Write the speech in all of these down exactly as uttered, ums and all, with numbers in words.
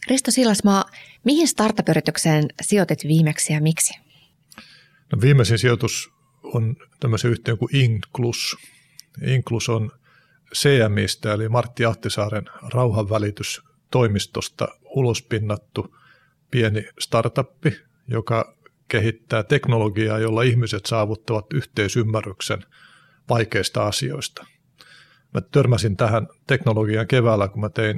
Risto Siilasmaa, mihin startup-yritykseen sijoitit viimeksi ja miksi? No, viimeisin sijoitus on tämmöisen yhtiön kuin Inclus. Inclus on C M I:stä eli Martti Ahtisaaren rauhanvälitystoimistosta ulospinnattu pieni startuppi, joka kehittää teknologiaa, jolla ihmiset saavuttavat yhteisymmärryksen vaikeista asioista. Mä törmäsin tähän teknologiaan keväällä, kun mä tein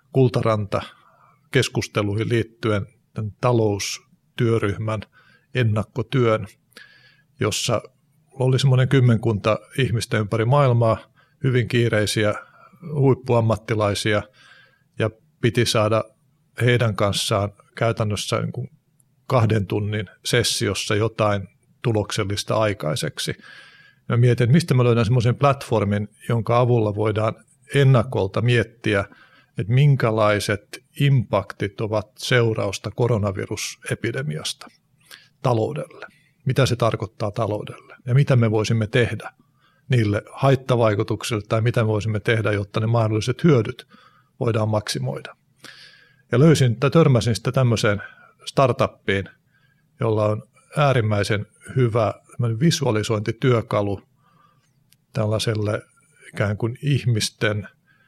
Kultaranta-keskusteluihin liittyen tämän taloustyöryhmän ennakkotyön, jossa oli semmoinen kymmenkunta ihmistä ympäri maailmaa, hyvin kiireisiä huippuammattilaisia, ja piti saada heidän kanssaan käytännössä niin kuin kahden tunnin sessiossa jotain tuloksellista aikaiseksi. Mä mietin, mistä mä löydän semmoisen platformin, jonka avulla voidaan ennakolta miettiä, että minkälaiset impaktit ovat seurausta koronavirusepidemiasta taloudelle. Mitä se tarkoittaa taloudelle ja mitä me voisimme tehdä niille haittavaikutuksille tai mitä me voisimme tehdä, jotta ne mahdolliset hyödyt voidaan maksimoida. Ja löysin tai törmäsin sitten tämmöiseen startuppiin, jolla on äärimmäisen hyvä visualisointityökalu tällaiselle ikään kuin ihmisten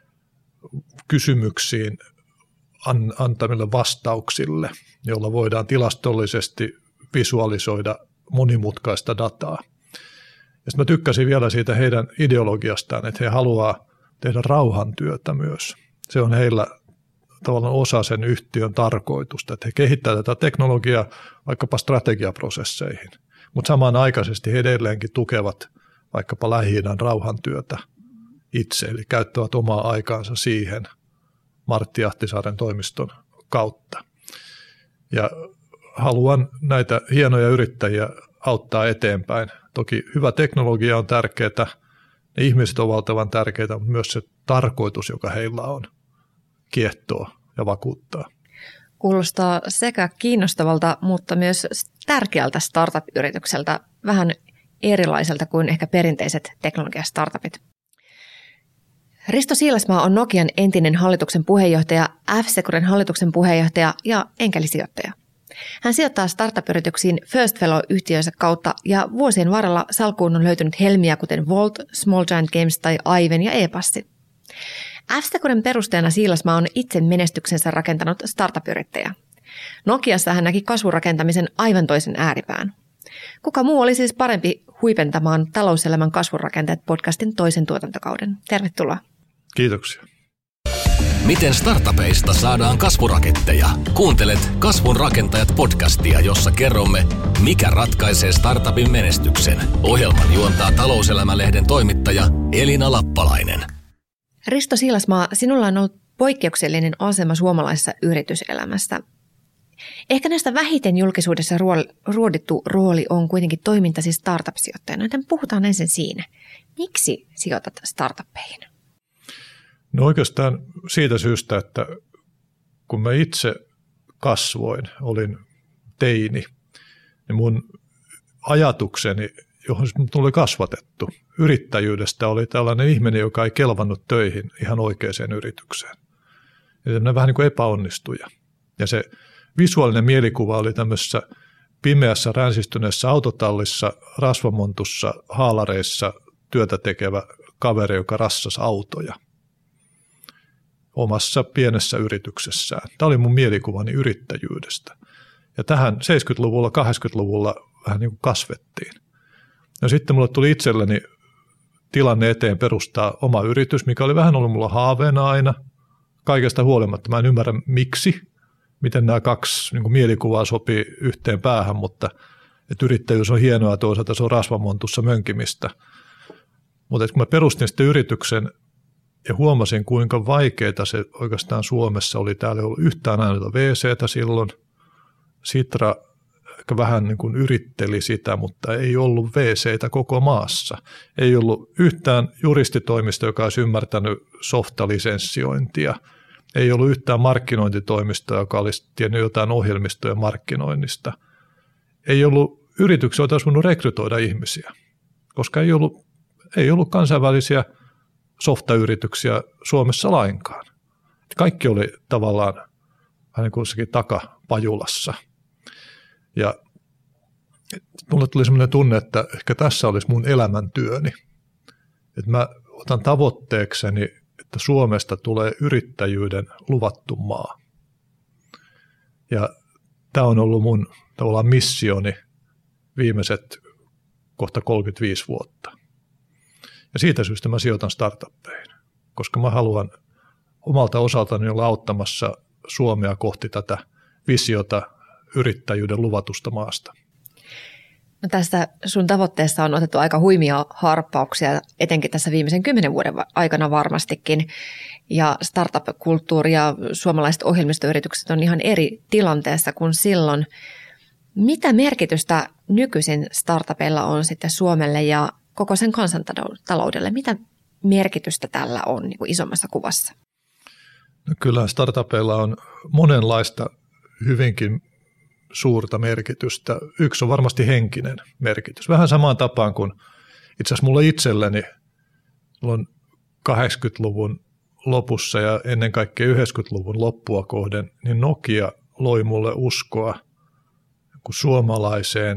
kysymyksiin antamille vastauksille, jolla voidaan tilastollisesti visualisoida monimutkaista dataa. Ja sitten mä tykkäsin vielä siitä heidän ideologiastaan, että he haluaa tehdä rauhantyötä myös. Se on heillä tavallaan osa sen yhtiön tarkoitusta, että he kehittävät tätä teknologiaa vaikkapa strategiaprosesseihin, mutta samanaikaisesti he edelleenkin tukevat vaikkapa Lähi-idän rauhantyötä itse, eli käyttävät omaa aikaansa siihen Martti Ahtisaaren toimiston kautta. Ja haluan näitä hienoja yrittäjiä auttaa eteenpäin. Toki hyvä teknologia on tärkeää, ne ihmiset ovat valtavan tärkeitä, mutta myös se tarkoitus, joka heillä on, kiehtoo ja vakuuttaa. Kuulostaa sekä kiinnostavalta, mutta myös tärkeältä startup-yritykseltä, vähän erilaiselta kuin ehkä perinteiset teknologiastartupit. Risto Siilasmaa on Nokian entinen hallituksen puheenjohtaja, F-Securen hallituksen puheenjohtaja ja enkelisijoittaja. Hän sijoittaa startup-yrityksiin First Fellow-yhtiönsä kautta ja vuosien varrella salkuun on löytynyt helmiä kuten Volt, Small Giant Games tai Aiven ja ePassi. F-Securen perusteena Siilasmaa on itse menestyksensä rakentanut startup-yrittäjä. Nokiassa hän näki kasvurakentamisen aivan toisen ääripään. Kuka muu oli siis parempi huipentamaan talouselämän kasvurakenteet podcastin toisen tuotantokauden. Tervetuloa. Kiitoksia. Miten startupeista saadaan kasvuraketteja? Kuuntelet Kasvun rakentajat podcastia, jossa kerromme, mikä ratkaisee startupin menestyksen. Ohjelman juontaa Talouselämä-lehden toimittaja Elina Lappalainen. Risto Siilasmaa, sinulla on ollut poikkeuksellinen asema suomalaisessa yrityselämässä. Ehkä näistä vähiten julkisuudessa ruodittu rooli on kuitenkin toimintasi startup-sijoittajana, joten puhutaan ensin siinä. Miksi sijoitat startuppeihin? No oikeastaan siitä syystä, että kun mä itse kasvoin, olin teini, niin mun ajatukseni, johon mut oli kasvatettu yrittäjyydestä, oli tällainen ihminen, joka ei kelvannut töihin ihan oikeaan yritykseen. Ja vähän niin kuin epäonnistuja. Ja se visuaalinen mielikuva oli tämmöisessä pimeässä ränsistyneessä autotallissa, rasvamontussa, haalareissa työtä tekevä kaveri, joka rassasi autoja omassa pienessä yrityksessään. Tämä oli mun mielikuvani yrittäjyydestä. Ja tähän seitsemänkymmentäluvulla, kahdeksankymmentäluvulla vähän niin kuin kasvettiin. Ja sitten mulle tuli itselleni tilanne eteen perustaa oma yritys, mikä oli vähän ollut mulla haaveena aina. Kaikesta huolimatta mä en ymmärrä miksi, miten nämä kaksi niin kuin mielikuvaa sopii yhteen päähän, mutta että yrittäjyys on hienoa, toisaalta se on rasvamontussa mönkimistä. Mutta kun mä perustin sitten yrityksen ja huomasin, kuinka vaikeaa se oikeastaan Suomessa oli. Täällä ei ollut yhtään ainoa V C:tä silloin. Sitra ehkä vähän niin kuin yritteli sitä, mutta ei ollut V C:tä koko maassa. Ei ollut yhtään juristitoimista, joka olisi ymmärtänyt softalisenssiointia. Ei ollut yhtään markkinointitoimista, joka olisi tiennyt jotain ohjelmistojen markkinoinnista. Ei ollut yrityksiä, joita olisi voinut rekrytoida ihmisiä, koska ei ollut, ei ollut kansainvälisiä softayrityksiä Suomessa lainkaan. Kaikki oli tavallaan vähän niin kuin jossakin takapajulassa. Ja mulle tuli semmoinen tunne, että ehkä tässä olisi mun elämäntyöni. Että mä otan tavoitteekseni, että Suomesta tulee yrittäjyyden luvattu maa. Ja tämä on ollut mun tavallaan missioni viimeiset kohta kolmekymmentäviisi vuotta. Ja siitä syystä mä sijoitan startuppeihin, koska mä haluan omalta osaltani olla auttamassa Suomea kohti tätä visiota yrittäjyyden luvatusta maasta. No tässä sun tavoitteessa on otettu aika huimia harppauksia, etenkin tässä viimeisen kymmenen vuoden aikana varmastikin. Ja startup-kulttuuri ja suomalaiset ohjelmistoyritykset on ihan eri tilanteessa kuin silloin. Mitä merkitystä nykyisin startupeilla on sitten Suomelle ja koko sen kansantaloudelle? Mitä merkitystä tällä on niin kuin isommassa kuvassa? No kyllä startupeilla on monenlaista hyvinkin suurta merkitystä. Yksi on varmasti henkinen merkitys. Vähän samaan tapaan kuin itse asiassa mulla itselleni silloin kahdeksankymmentäluvun lopussa ja ennen kaikkea yhdeksänkymmentäluvun loppua kohden, niin Nokia loi mulle uskoa suomalaiseen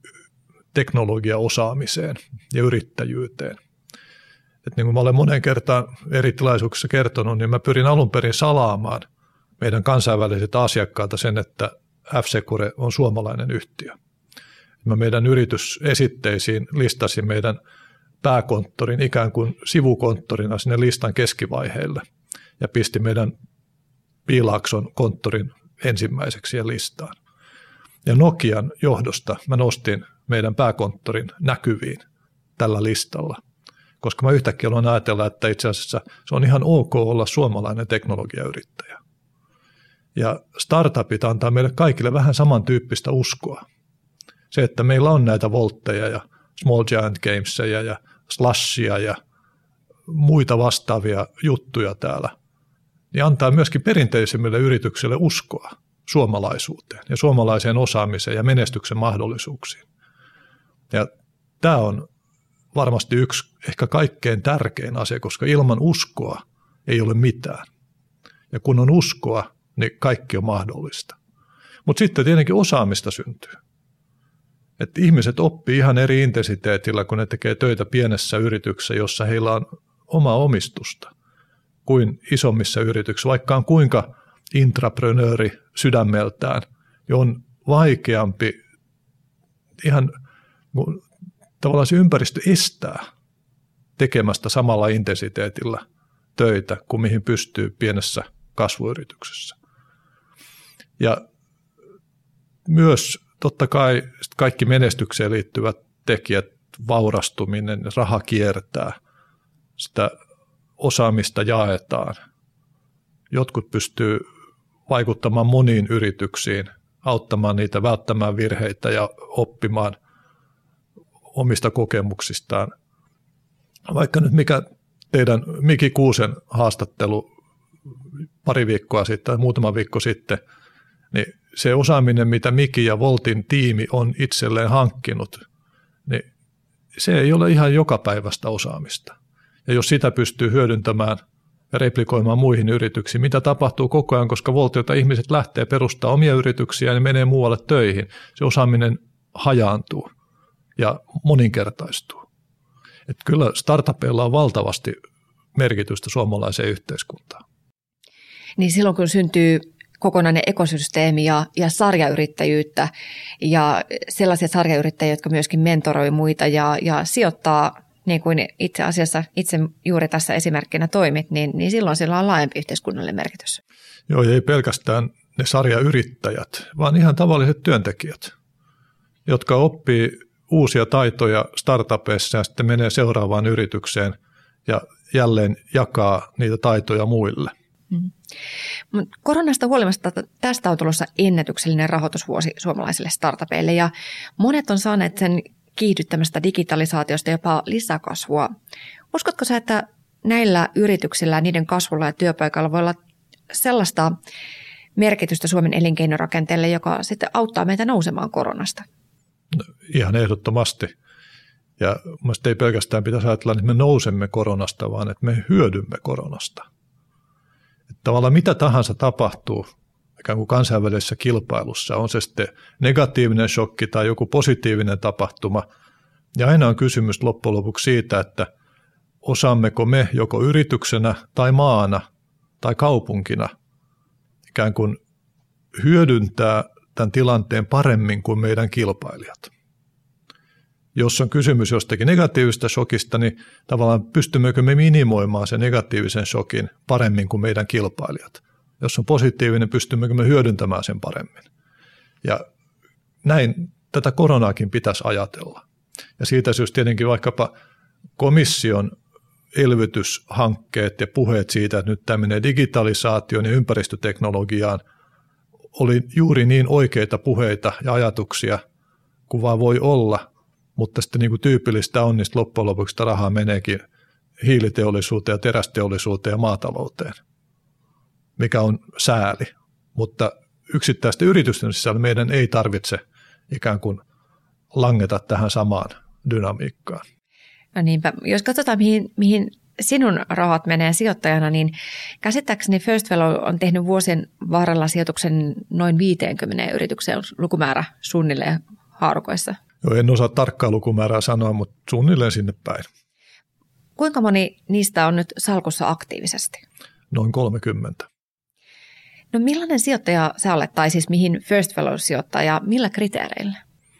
teknologiaosaamiseen ja yrittäjyyteen. Et niin kuin mä olen monen kertaan eri tilaisuuksissa kertonut, niin mä pyrin alun perin salaamaan meidän kansainväliset asiakkailta sen, että F-Secure on suomalainen yhtiö. Mä meidän yritysesitteisiin listasin meidän pääkonttorin ikään kuin sivukonttorina sinne listan keskivaiheille ja pisti meidän Piilaakson konttorin ensimmäiseksi siihen listaan. Ja Nokian johdosta mä nostin meidän pääkonttorin näkyviin tällä listalla, koska mä yhtäkkiä aloin ajatella, että itse asiassa se on ihan ok olla suomalainen teknologiayrittäjä. Ja startupit antaa meille kaikille vähän samantyyppistä uskoa. Se, että meillä on näitä Voltteja ja Small Giant Gamesia ja Slushia ja muita vastaavia juttuja täällä, niin antaa myöskin perinteisemmille yrityksille uskoa suomalaisuuteen ja suomalaiseen osaamiseen ja menestyksen mahdollisuuksiin. Ja tämä on varmasti yksi ehkä kaikkein tärkein asia, koska ilman uskoa ei ole mitään. Ja kun on uskoa, niin kaikki on mahdollista. Mutta sitten tietenkin osaamista syntyy. Että ihmiset oppii ihan eri intensiteetillä, kun ne tekee töitä pienessä yrityksessä, jossa heillä on oma omistusta, kuin isommissa yrityksissä, vaikka on kuinka intraprenööri sydämeltään, ja on vaikeampi ihan tavallaan se ympäristö estää tekemästä samalla intensiteetillä töitä kuin mihin pystyy pienessä kasvuyrityksessä. Ja myös totta kai kaikki menestykseen liittyvät tekijät, vaurastuminen, raha kiertää, sitä osaamista jaetaan. Jotkut pystyy vaikuttamaan moniin yrityksiin, auttamaan niitä välttämään virheitä ja oppimaan omista kokemuksistaan. Vaikka nyt mikä teidän Miki Kuusen haastattelu pari viikkoa sitten tai muutama viikko sitten, niin se osaaminen, mitä Miki ja Voltin tiimi on itselleen hankkinut, niin se ei ole ihan jokapäiväistä osaamista. Ja jos sitä pystyy hyödyntämään ja replikoimaan muihin yrityksiin, mitä tapahtuu koko ajan, koska Voltilta ihmiset lähtee perustamaan omia yrityksiä ja menee muualle töihin, se osaaminen hajaantuu ja moninkertaistuu. Että kyllä startupeilla on valtavasti merkitystä suomalaiseen yhteiskuntaan. Niin silloin kun syntyy kokonainen ekosysteemi ja, ja sarjayrittäjyyttä ja sellaisia sarjayrittäjiä, jotka myöskin mentoroi muita ja, ja sijoittaa, niin kuin itse asiassa itse juuri tässä esimerkkinä toimit, niin, niin silloin sillä on laajempi yhteiskunnallinen merkitys. Joo, ei pelkästään ne sarjayrittäjät, vaan ihan tavalliset työntekijät, jotka oppii uusia taitoja startupeissa ja sitten menee seuraavaan yritykseen ja jälleen jakaa niitä taitoja muille. Mm. Koronasta huolimatta tästä on tulossa ennätyksellinen rahoitusvuosi suomalaisille startupeille ja monet on saaneet sen kiihdyttämästä digitalisaatiosta jopa lisäkasvua. Uskotko sä, että näillä yrityksillä, niiden kasvulla ja työpaikalla voi olla sellaista merkitystä Suomen elinkeinorakenteelle, joka sitten auttaa meitä nousemaan koronasta? No, ihan ehdottomasti. Ja mielestäni ei pelkästään pitäisi ajatella, että me nousemme koronasta, vaan että me hyödymme koronasta. Että tavallaan mitä tahansa tapahtuu, ikään kuin kansainvälisessä kilpailussa, on se sitten negatiivinen shokki tai joku positiivinen tapahtuma. Ja aina on kysymys loppujen lopuksi siitä, että osaammeko me joko yrityksenä tai maana tai kaupunkina ikään kuin hyödyntää tämän tilanteen paremmin kuin meidän kilpailijat. Jos on kysymys jostakin negatiivisesta shokista, niin tavallaan pystymmekö me minimoimaan sen negatiivisen shokin paremmin kuin meidän kilpailijat. Jos on positiivinen, pystymmekö me hyödyntämään sen paremmin. Ja näin tätä koronaakin pitäisi ajatella. Ja siitä syystä tietenkin vaikkapa komission elvytyshankkeet ja puheet siitä, että nyt tämä menee digitalisaatioon ja ympäristöteknologiaan, oli juuri niin oikeita puheita ja ajatuksia kuin vaan voi olla, mutta sitten niin kuin tyypillistä on, niin loppujen lopuksi sitä rahaa meneekin hiiliteollisuuteen ja terästeollisuuteen ja maatalouteen, mikä on sääli. Mutta yksittäisten yritysten sisällä meidän ei tarvitse ikään kuin langeta tähän samaan dynamiikkaan. No niinpä. Jos katsotaan, mihin, mihin sinun rahat menee sijoittajana, niin käsittääkseni First Fellow on tehnyt vuosien varrella sijoituksen noin viisikymmentä yritykseen, lukumäärä suunnilleen haarukoissa. Joo, en osaa tarkkaa lukumäärää sanoa, mutta suunnilleen sinne päin. Kuinka moni niistä on nyt salkussa aktiivisesti? Noin kolmekymmentä. No millainen sijoittaja sä olet, tai siis mihin First Fellow sijoittaa ja millä kriteereillä?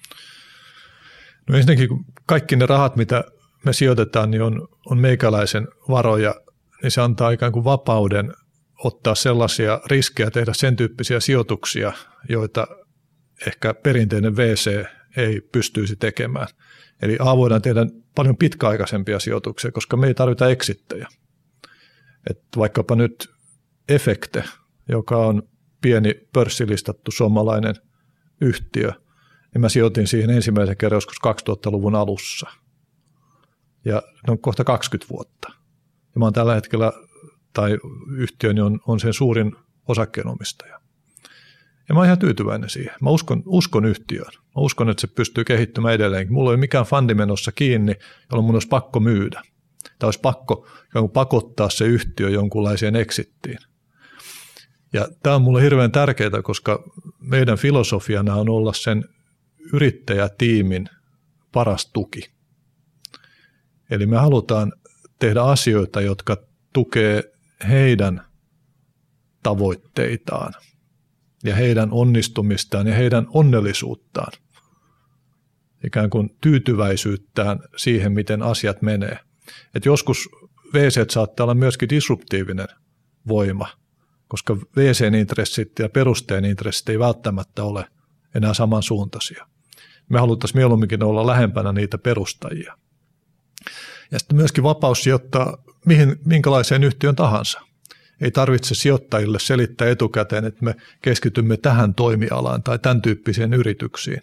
No ensinnäkin kaikki ne rahat, mitä me sijoitetaan, niin on, on meikäläisen varoja, niin se antaa ikään kuin vapauden ottaa sellaisia riskejä, tehdä sen tyyppisiä sijoituksia, joita ehkä perinteinen V C ei pystyisi tekemään. Eli A voidaan tehdä paljon pitkäaikaisempia sijoituksia, koska me ei tarvita exittejä. Et vaikkapa nyt Efecte, joka on pieni pörssilistattu suomalainen yhtiö, niin mä sijoitin siihen ensimmäisen kerran joskus kaksituhattaluvun alussa. Ja ne on kohta kaksikymmentä vuotta. Ja mä oon tällä hetkellä, tai yhtiöni on, on sen suurin osakkeenomistaja. Ja mä oon ihan tyytyväinen siihen. Mä uskon, uskon yhtiöön. Mä uskon, että se pystyy kehittymään edelleenkin. Mulla ei ole mikään fundi menossa kiinni, jolloin mun olisi pakko myydä. Tai olisi pakko pakottaa se yhtiö jonkunlaiseen exittiin. Ja tämä on mulle hirveän tärkeää, koska meidän filosofiana on olla sen yrittäjätiimin paras tuki. Eli me halutaan tehdä asioita, jotka tukee heidän tavoitteitaan ja heidän onnistumistaan ja heidän onnellisuuttaan, ikään kuin tyytyväisyyttään siihen, miten asiat menee. Et joskus V C saattaa olla myöskin disruptiivinen voima, koska V C:n intressit ja perusteen intressit ei välttämättä ole enää samansuuntaisia. Me haluttaisiin mieluummin olla lähempänä niitä perustajia. Ja sitten myöskin vapaus sijoittaa mihin, minkälaiseen yhtiön tahansa. Ei tarvitse sijoittajille selittää etukäteen, että me keskitymme tähän toimialaan tai tämän tyyppisiin yrityksiin.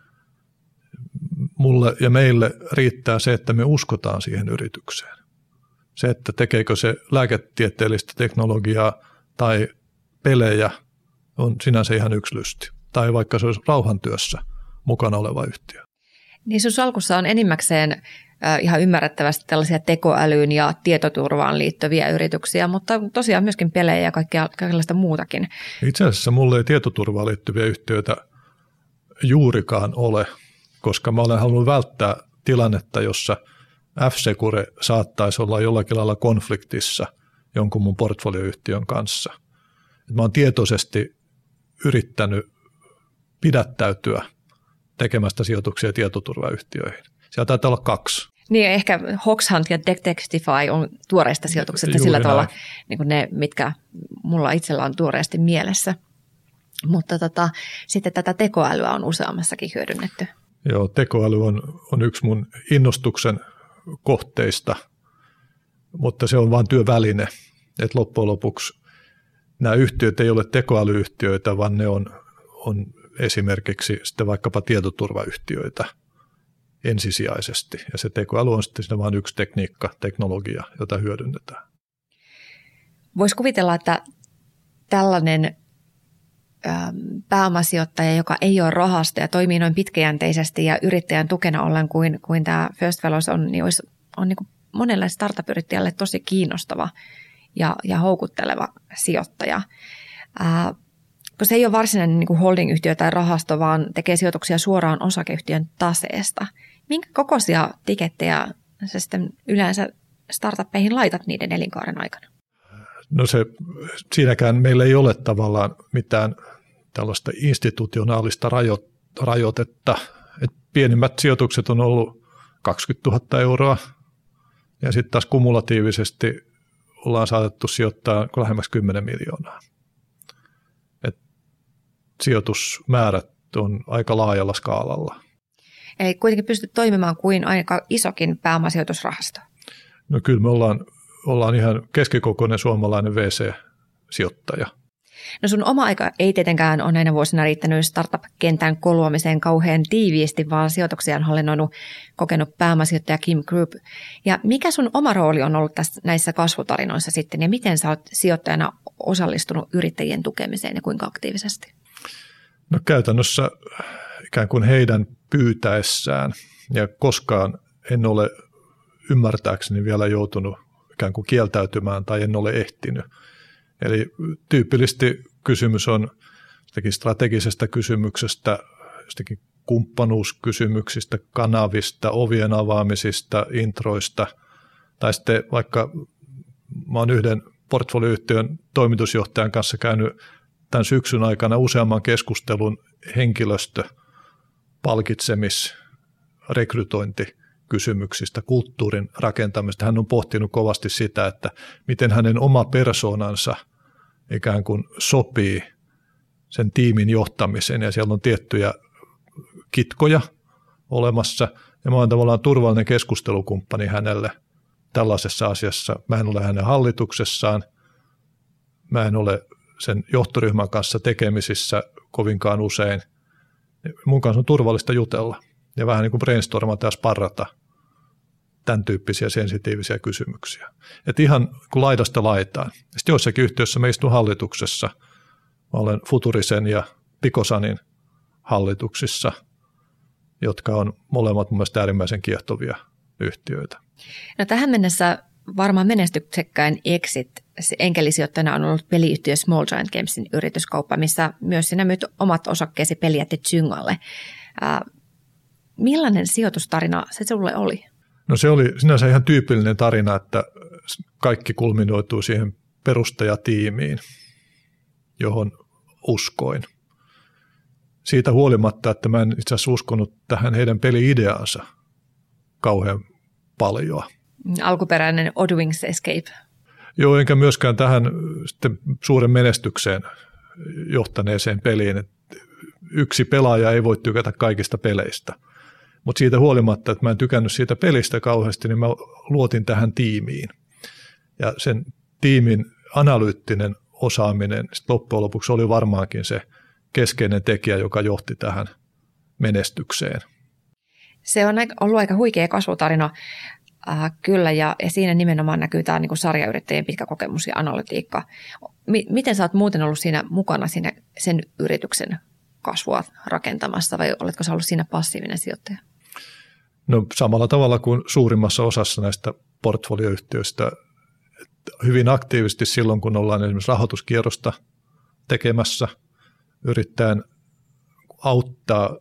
Mulle ja meille riittää se, että me uskotaan siihen yritykseen. Se, että tekeekö se lääketieteellistä teknologiaa tai pelejä, on sinänsä ihan yksi lysti. Tai vaikka se olisi rauhantyössä mukana oleva yhtiö. Niin sun salkussa on enimmäkseen ihan ymmärrettävästi tällaisia tekoälyyn ja tietoturvaan liittyviä yrityksiä, mutta tosiaan myöskin pelejä ja kaikkea, kaikenlaista muutakin. Itse asiassa mulle ei tietoturvaan liittyviä yhtiöitä juurikaan ole, koska mä olen halunnut välttää tilannetta, jossa F-Secure saattaisi olla jollakin lailla konfliktissa jonkun mun portfolioyhtiön kanssa. Mä oon tietoisesti yrittänyt pidättäytyä tekemästä sijoituksia tietoturvayhtiöihin. Siellä taitaa olla kaksi. Niin, ehkä Hoxhunt ja Detectify on tuoreista sijoituksista sillä tavalla, niin kuin ne, mitkä mulla itsellä on tuoreesti mielessä. Mutta tota, sitten tätä tekoälyä on useammassakin hyödynnetty. Joo, tekoäly on, on yksi mun innostuksen kohteista, mutta se on vain työväline. Et loppujen lopuksi nämä yhtiöt ei ole tekoälyyhtiöitä, vaan ne on, on esimerkiksi sitten vaikkapa tietoturvayhtiöitä ensisijaisesti. Ja se tekoäly on sitten siinä vain yksi tekniikka, teknologia, jota hyödynnetään. Voisi kuvitella, että tällainen pääomasijoittaja, joka ei ole rahasta ja toimii noin pitkäjänteisesti ja yrittäjän tukena ollen kuin, kuin tämä First Fellows on, niin olisi, on niin kuin monelle startup-yrittäjälle tosi kiinnostava ja, ja houkutteleva sijoittaja. Ää, kun se ei ole varsinainen niin kuin holding-yhtiö tai rahasto, vaan tekee sijoituksia suoraan osakeyhtiön taseesta. Minkä kokoisia tikettejä sä sitten yleensä startuppeihin laitat niiden elinkaaren aikana? No se, siinäkään meillä ei ole tavallaan mitään tällaista institutionaalista rajo, rajoitetta. Et pienimmät sijoitukset on ollut kaksikymmentätuhatta euroa ja sitten taas kumulatiivisesti ollaan saatettu sijoittaa lähemmäksi kymmenen miljoonaa. Et sijoitusmäärät on aika laajalla skaalalla. Eli kuitenkin pystyt toimimaan kuin aika isokin pääomasijoitusrahasto. No kyllä me ollaan, ollaan ihan keskikokoinen suomalainen V C-sijoittaja. No sun oma aika ei tietenkään ole näinä vuosina riittänyt startup-kentän koluamiseen kauhean tiiviisti, vaan sijoituksia on hallinnoinut kokenut pääomasijoittaja Kim Group. Ja mikä sun oma rooli on ollut tässä, näissä kasvutarinoissa sitten, ja miten sä oot sijoittajana osallistunut yrittäjien tukemiseen ja kuinka aktiivisesti? No käytännössä ikään kuin heidän pyytäessään, ja koskaan en ole ymmärtääkseni vielä joutunut ikään kuin kieltäytymään tai en ole ehtinyt. Eli tyypillisesti kysymys on strategisesta kysymyksestä, jostakin kumppanuuskysymyksistä, kanavista, ovien avaamisista, introista, tai sitten vaikka mä oon yhden portfolioyhtiön toimitusjohtajan kanssa käynyt tämän syksyn aikana useamman keskustelun henkilöstö, palkitsemis, rekrytointikysymyksistä, kulttuurin rakentamista. Hän on pohtinut kovasti sitä, että miten hänen oma persoonansa ikään kuin sopii sen tiimin johtamiseen, ja siellä on tiettyjä kitkoja olemassa, ja mä oon tavallaan turvallinen keskustelukumppani hänelle tällaisessa asiassa. Mä en ole hänen hallituksessaan, mä en ole sen johtoryhmän kanssa tekemisissä kovinkaan usein. Mun kanssa on turvallista jutella ja vähän niin kuin brainstormata ja sparrata tämän tyyppisiä sensitiivisiä kysymyksiä. Että ihan kun laidasta laitaan. Sitten joissakin yhtiöissä mä istun hallituksessa. Mä olen Futurisen ja Picosanin hallituksissa, jotka on molemmat mun mielestä äärimmäisen kiehtovia yhtiöitä. No tähän mennessä varmaan menestyksekkäin exit enkelisijoittajana on ollut peliyhtiö Small Giant Gamesin yrityskauppa, missä myös sinä myyt omat osakkeesi pelijätti Zyngalle. Äh, millainen sijoitustarina se sinulle oli? No se oli sinänsä ihan tyypillinen tarina, että kaikki kulminoituu siihen perustajatiimiin, johon uskoin. Siitä huolimatta, että mä en itse asiassa uskonut tähän heidän peli-ideaansa kauhean paljon. Alkuperäinen Oddwings Escape. Joo, enkä myöskään tähän sitten suuren menestykseen johtaneeseen peliin. Että yksi pelaaja ei voi tykätä kaikista peleistä. Mutta siitä huolimatta, että mä en tykännyt siitä pelistä kauheasti, niin mä luotin tähän tiimiin. Ja sen tiimin analyyttinen osaaminen loppujen lopuksi oli varmaankin se keskeinen tekijä, joka johti tähän menestykseen. Se on ollut aika huikea kasvutarina, äh, kyllä, ja, ja siinä nimenomaan näkyy tämä niin kuin sarjayrittäjien pitkä kokemus ja analytiikka. M- miten sä oot muuten ollut siinä mukana siinä sen yrityksen kasvua rakentamassa, vai oletko sä ollut siinä passiivinen sijoittaja? No samalla tavalla kuin suurimmassa osassa näistä portfolioyhtiöistä, hyvin aktiivisesti silloin, kun ollaan esimerkiksi rahoituskierrosta tekemässä, yrittäen auttaa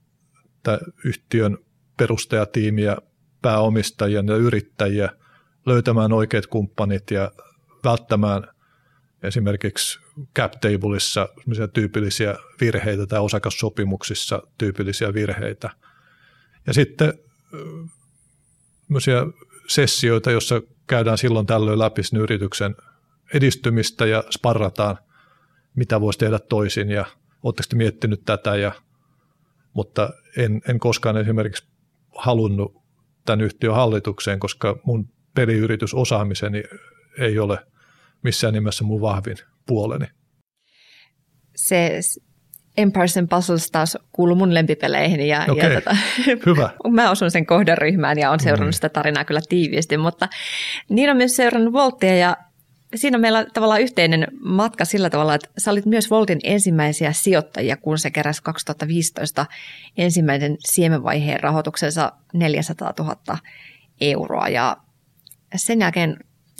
yhtiön perustajatiimiä, pääomistajia ja yrittäjiä löytämään oikeat kumppanit ja välttämään esimerkiksi cap tableissa tyypillisiä virheitä tai osakassopimuksissa tyypillisiä virheitä. Ja sitten sessioita, joissa käydään silloin tällöin läpi sen yrityksen edistymistä ja sparrataan, mitä voisi tehdä toisin ja oletteko te miettinyt tätä, ja, mutta en, en koskaan esimerkiksi halunnut tämän yhtiön hallitukseen, koska mun peliyritysosaamiseni ei ole missään nimessä mun vahvin puoleni. Se Empires and Puzzles taas kuuluu mun lempipeleihin. Ja, Okei, ja tota, hyvä. Mä osun sen kohderyhmään ja olen seurannut mm. sitä tarinaa kyllä tiiviisti, mutta niin on myös seurannut Woltia, ja siinä on meillä tavallaan yhteinen matka sillä tavalla, että sä olit myös Woltin ensimmäisiä sijoittajia, kun se keräsi kaksituhattaviisitoista ensimmäisen siemenvaiheen rahoituksensa neljäsataatuhatta euroa, ja sen jälkeen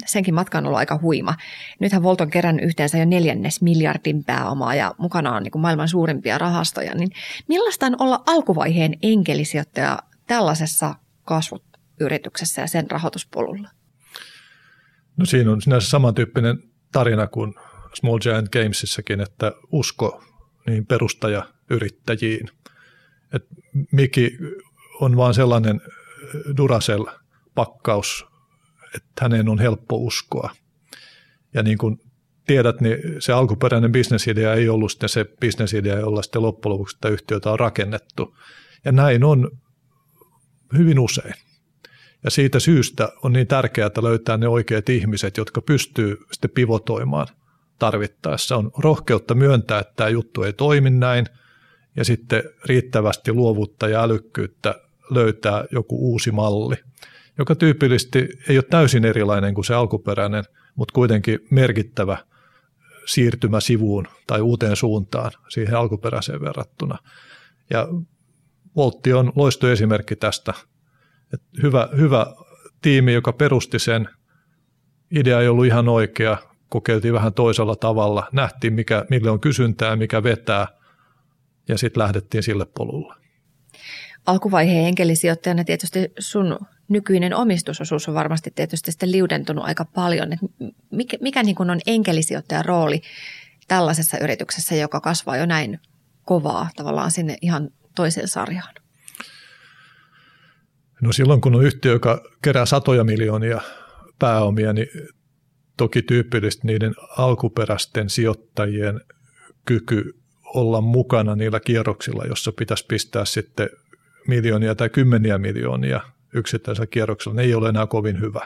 senkin matka on ollut aika huima. Nythän Volt on kerännyt yhteensä jo neljännes miljardin pääomaa ja mukana on niin kuin maailman suurimpia rahastoja. Niin millaista on olla alkuvaiheen enkelisijoittaja tällaisessa kasvuyrityksessä ja sen rahoituspolulla? No siinä on sinänsä samantyyppinen tarina kuin Small Giant Gamesissakin, että usko niin perustajayrittäjiin. Et Miki on vaan sellainen Duracell-pakkaus, että häneen on helppo uskoa. Ja niin kuin tiedät, niin se alkuperäinen bisnesidea ei ollut sitten se bisnesidea, jolla sitten loppujen lopuksi sitä yhtiötä on rakennettu. Ja näin on hyvin usein. Ja siitä syystä on niin tärkeää, että löytää ne oikeat ihmiset, jotka pystyy sitten pivotoimaan tarvittaessa. On rohkeutta myöntää, että tämä juttu ei toimi näin, ja sitten riittävästi luovuutta ja älykkyyttä löytää joku uusi malli, joka tyypillisesti ei ole täysin erilainen kuin se alkuperäinen, mutta kuitenkin merkittävä siirtymä sivuun tai uuteen suuntaan siihen alkuperäiseen verrattuna. Ja Voltti on loistoesimerkki tästä. Että hyvä, hyvä tiimi, joka perusti sen, idea ei ollut ihan oikea, kokeiltiin vähän toisella tavalla, nähtiin mikä, mille on kysyntää, mikä vetää, ja sitten lähdettiin sille polulle. Alkuvaiheen enkelisijoittajana tietysti sun nykyinen omistusosuus on varmasti tietysti sitten liudentunut aika paljon. Että mikä mikä niin kuin on enkelisijoittajan rooli tällaisessa yrityksessä, joka kasvaa jo näin kovaa tavallaan sinne ihan toiseen sarjaan? No silloin kun on yhtiö, joka kerää satoja miljoonia pääomia, niin toki tyypillisesti niiden alkuperäisten sijoittajien kyky olla mukana niillä kierroksilla, jossa pitäisi pistää sitten miljoonia tai kymmeniä miljoonia yksittäisellä kierroksella, ne ei ole enää kovin hyvä.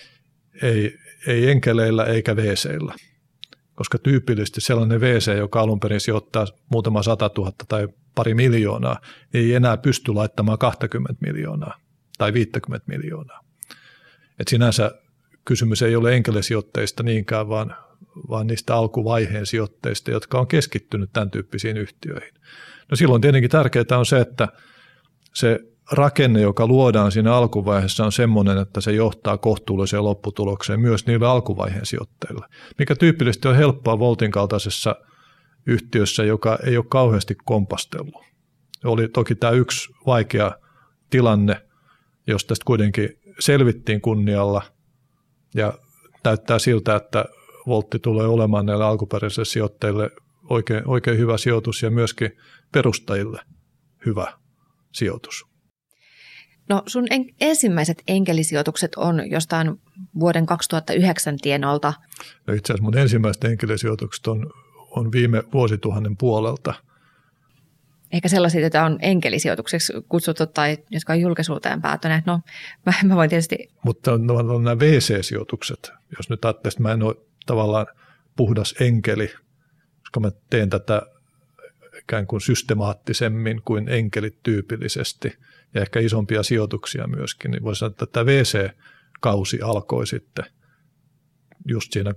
Ei, ei enkeleillä eikä V C:illä, koska tyypillisesti sellainen V C, joka alun perin sijoittaa muutama sata tuhatta tai pari miljoonaa, ei enää pysty laittamaan kaksikymmentä miljoonaa tai viisikymmentä miljoonaa. Et sinänsä kysymys ei ole enkelisijoitteista niinkään, vaan, vaan niistä alkuvaiheen sijoitteista, jotka on keskittynyt tämän tyyppisiin yhtiöihin. No silloin tietenkin tärkeää on se, että se rakenne, joka luodaan siinä alkuvaiheessa, on semmoinen, että se johtaa kohtuulliseen lopputulokseen myös niille alkuvaiheen sijoittajille, mikä tyypillisesti on helppoa Voltin kaltaisessa yhtiössä, joka ei ole kauheasti kompastellut. Oli toki tämä yksi vaikea tilanne, josta kuitenkin selvittiin kunnialla ja näyttää siltä, että Voltti tulee olemaan näille alkuperäisille sijoittajille oikein, oikein hyvä sijoitus ja myöskin perustajille hyvä sijoitus. No sun en, ensimmäiset enkelisijoitukset on jostain vuoden kaksituhattayhdeksän tienolta. No itse asiassa mun ensimmäiset enkelisijoitukset on, on viime vuosituhannen puolelta. Ehkä sellaisia, joita on enkelisijoitukseksi kutsuttu tai jotka on julkisuuteen päätyneet. No mä, mä voin tietysti... Mutta on, on nämä V C-sijoitukset, jos nyt ajattelee, että mä en ole tavallaan puhdas enkeli, koska mä teen tätä ikään kuin systemaattisemmin kuin enkelit tyypillisesti ja ehkä isompia sijoituksia myöskin, niin voisi sanoa, että tämä V C-kausi alkoi sitten just siinä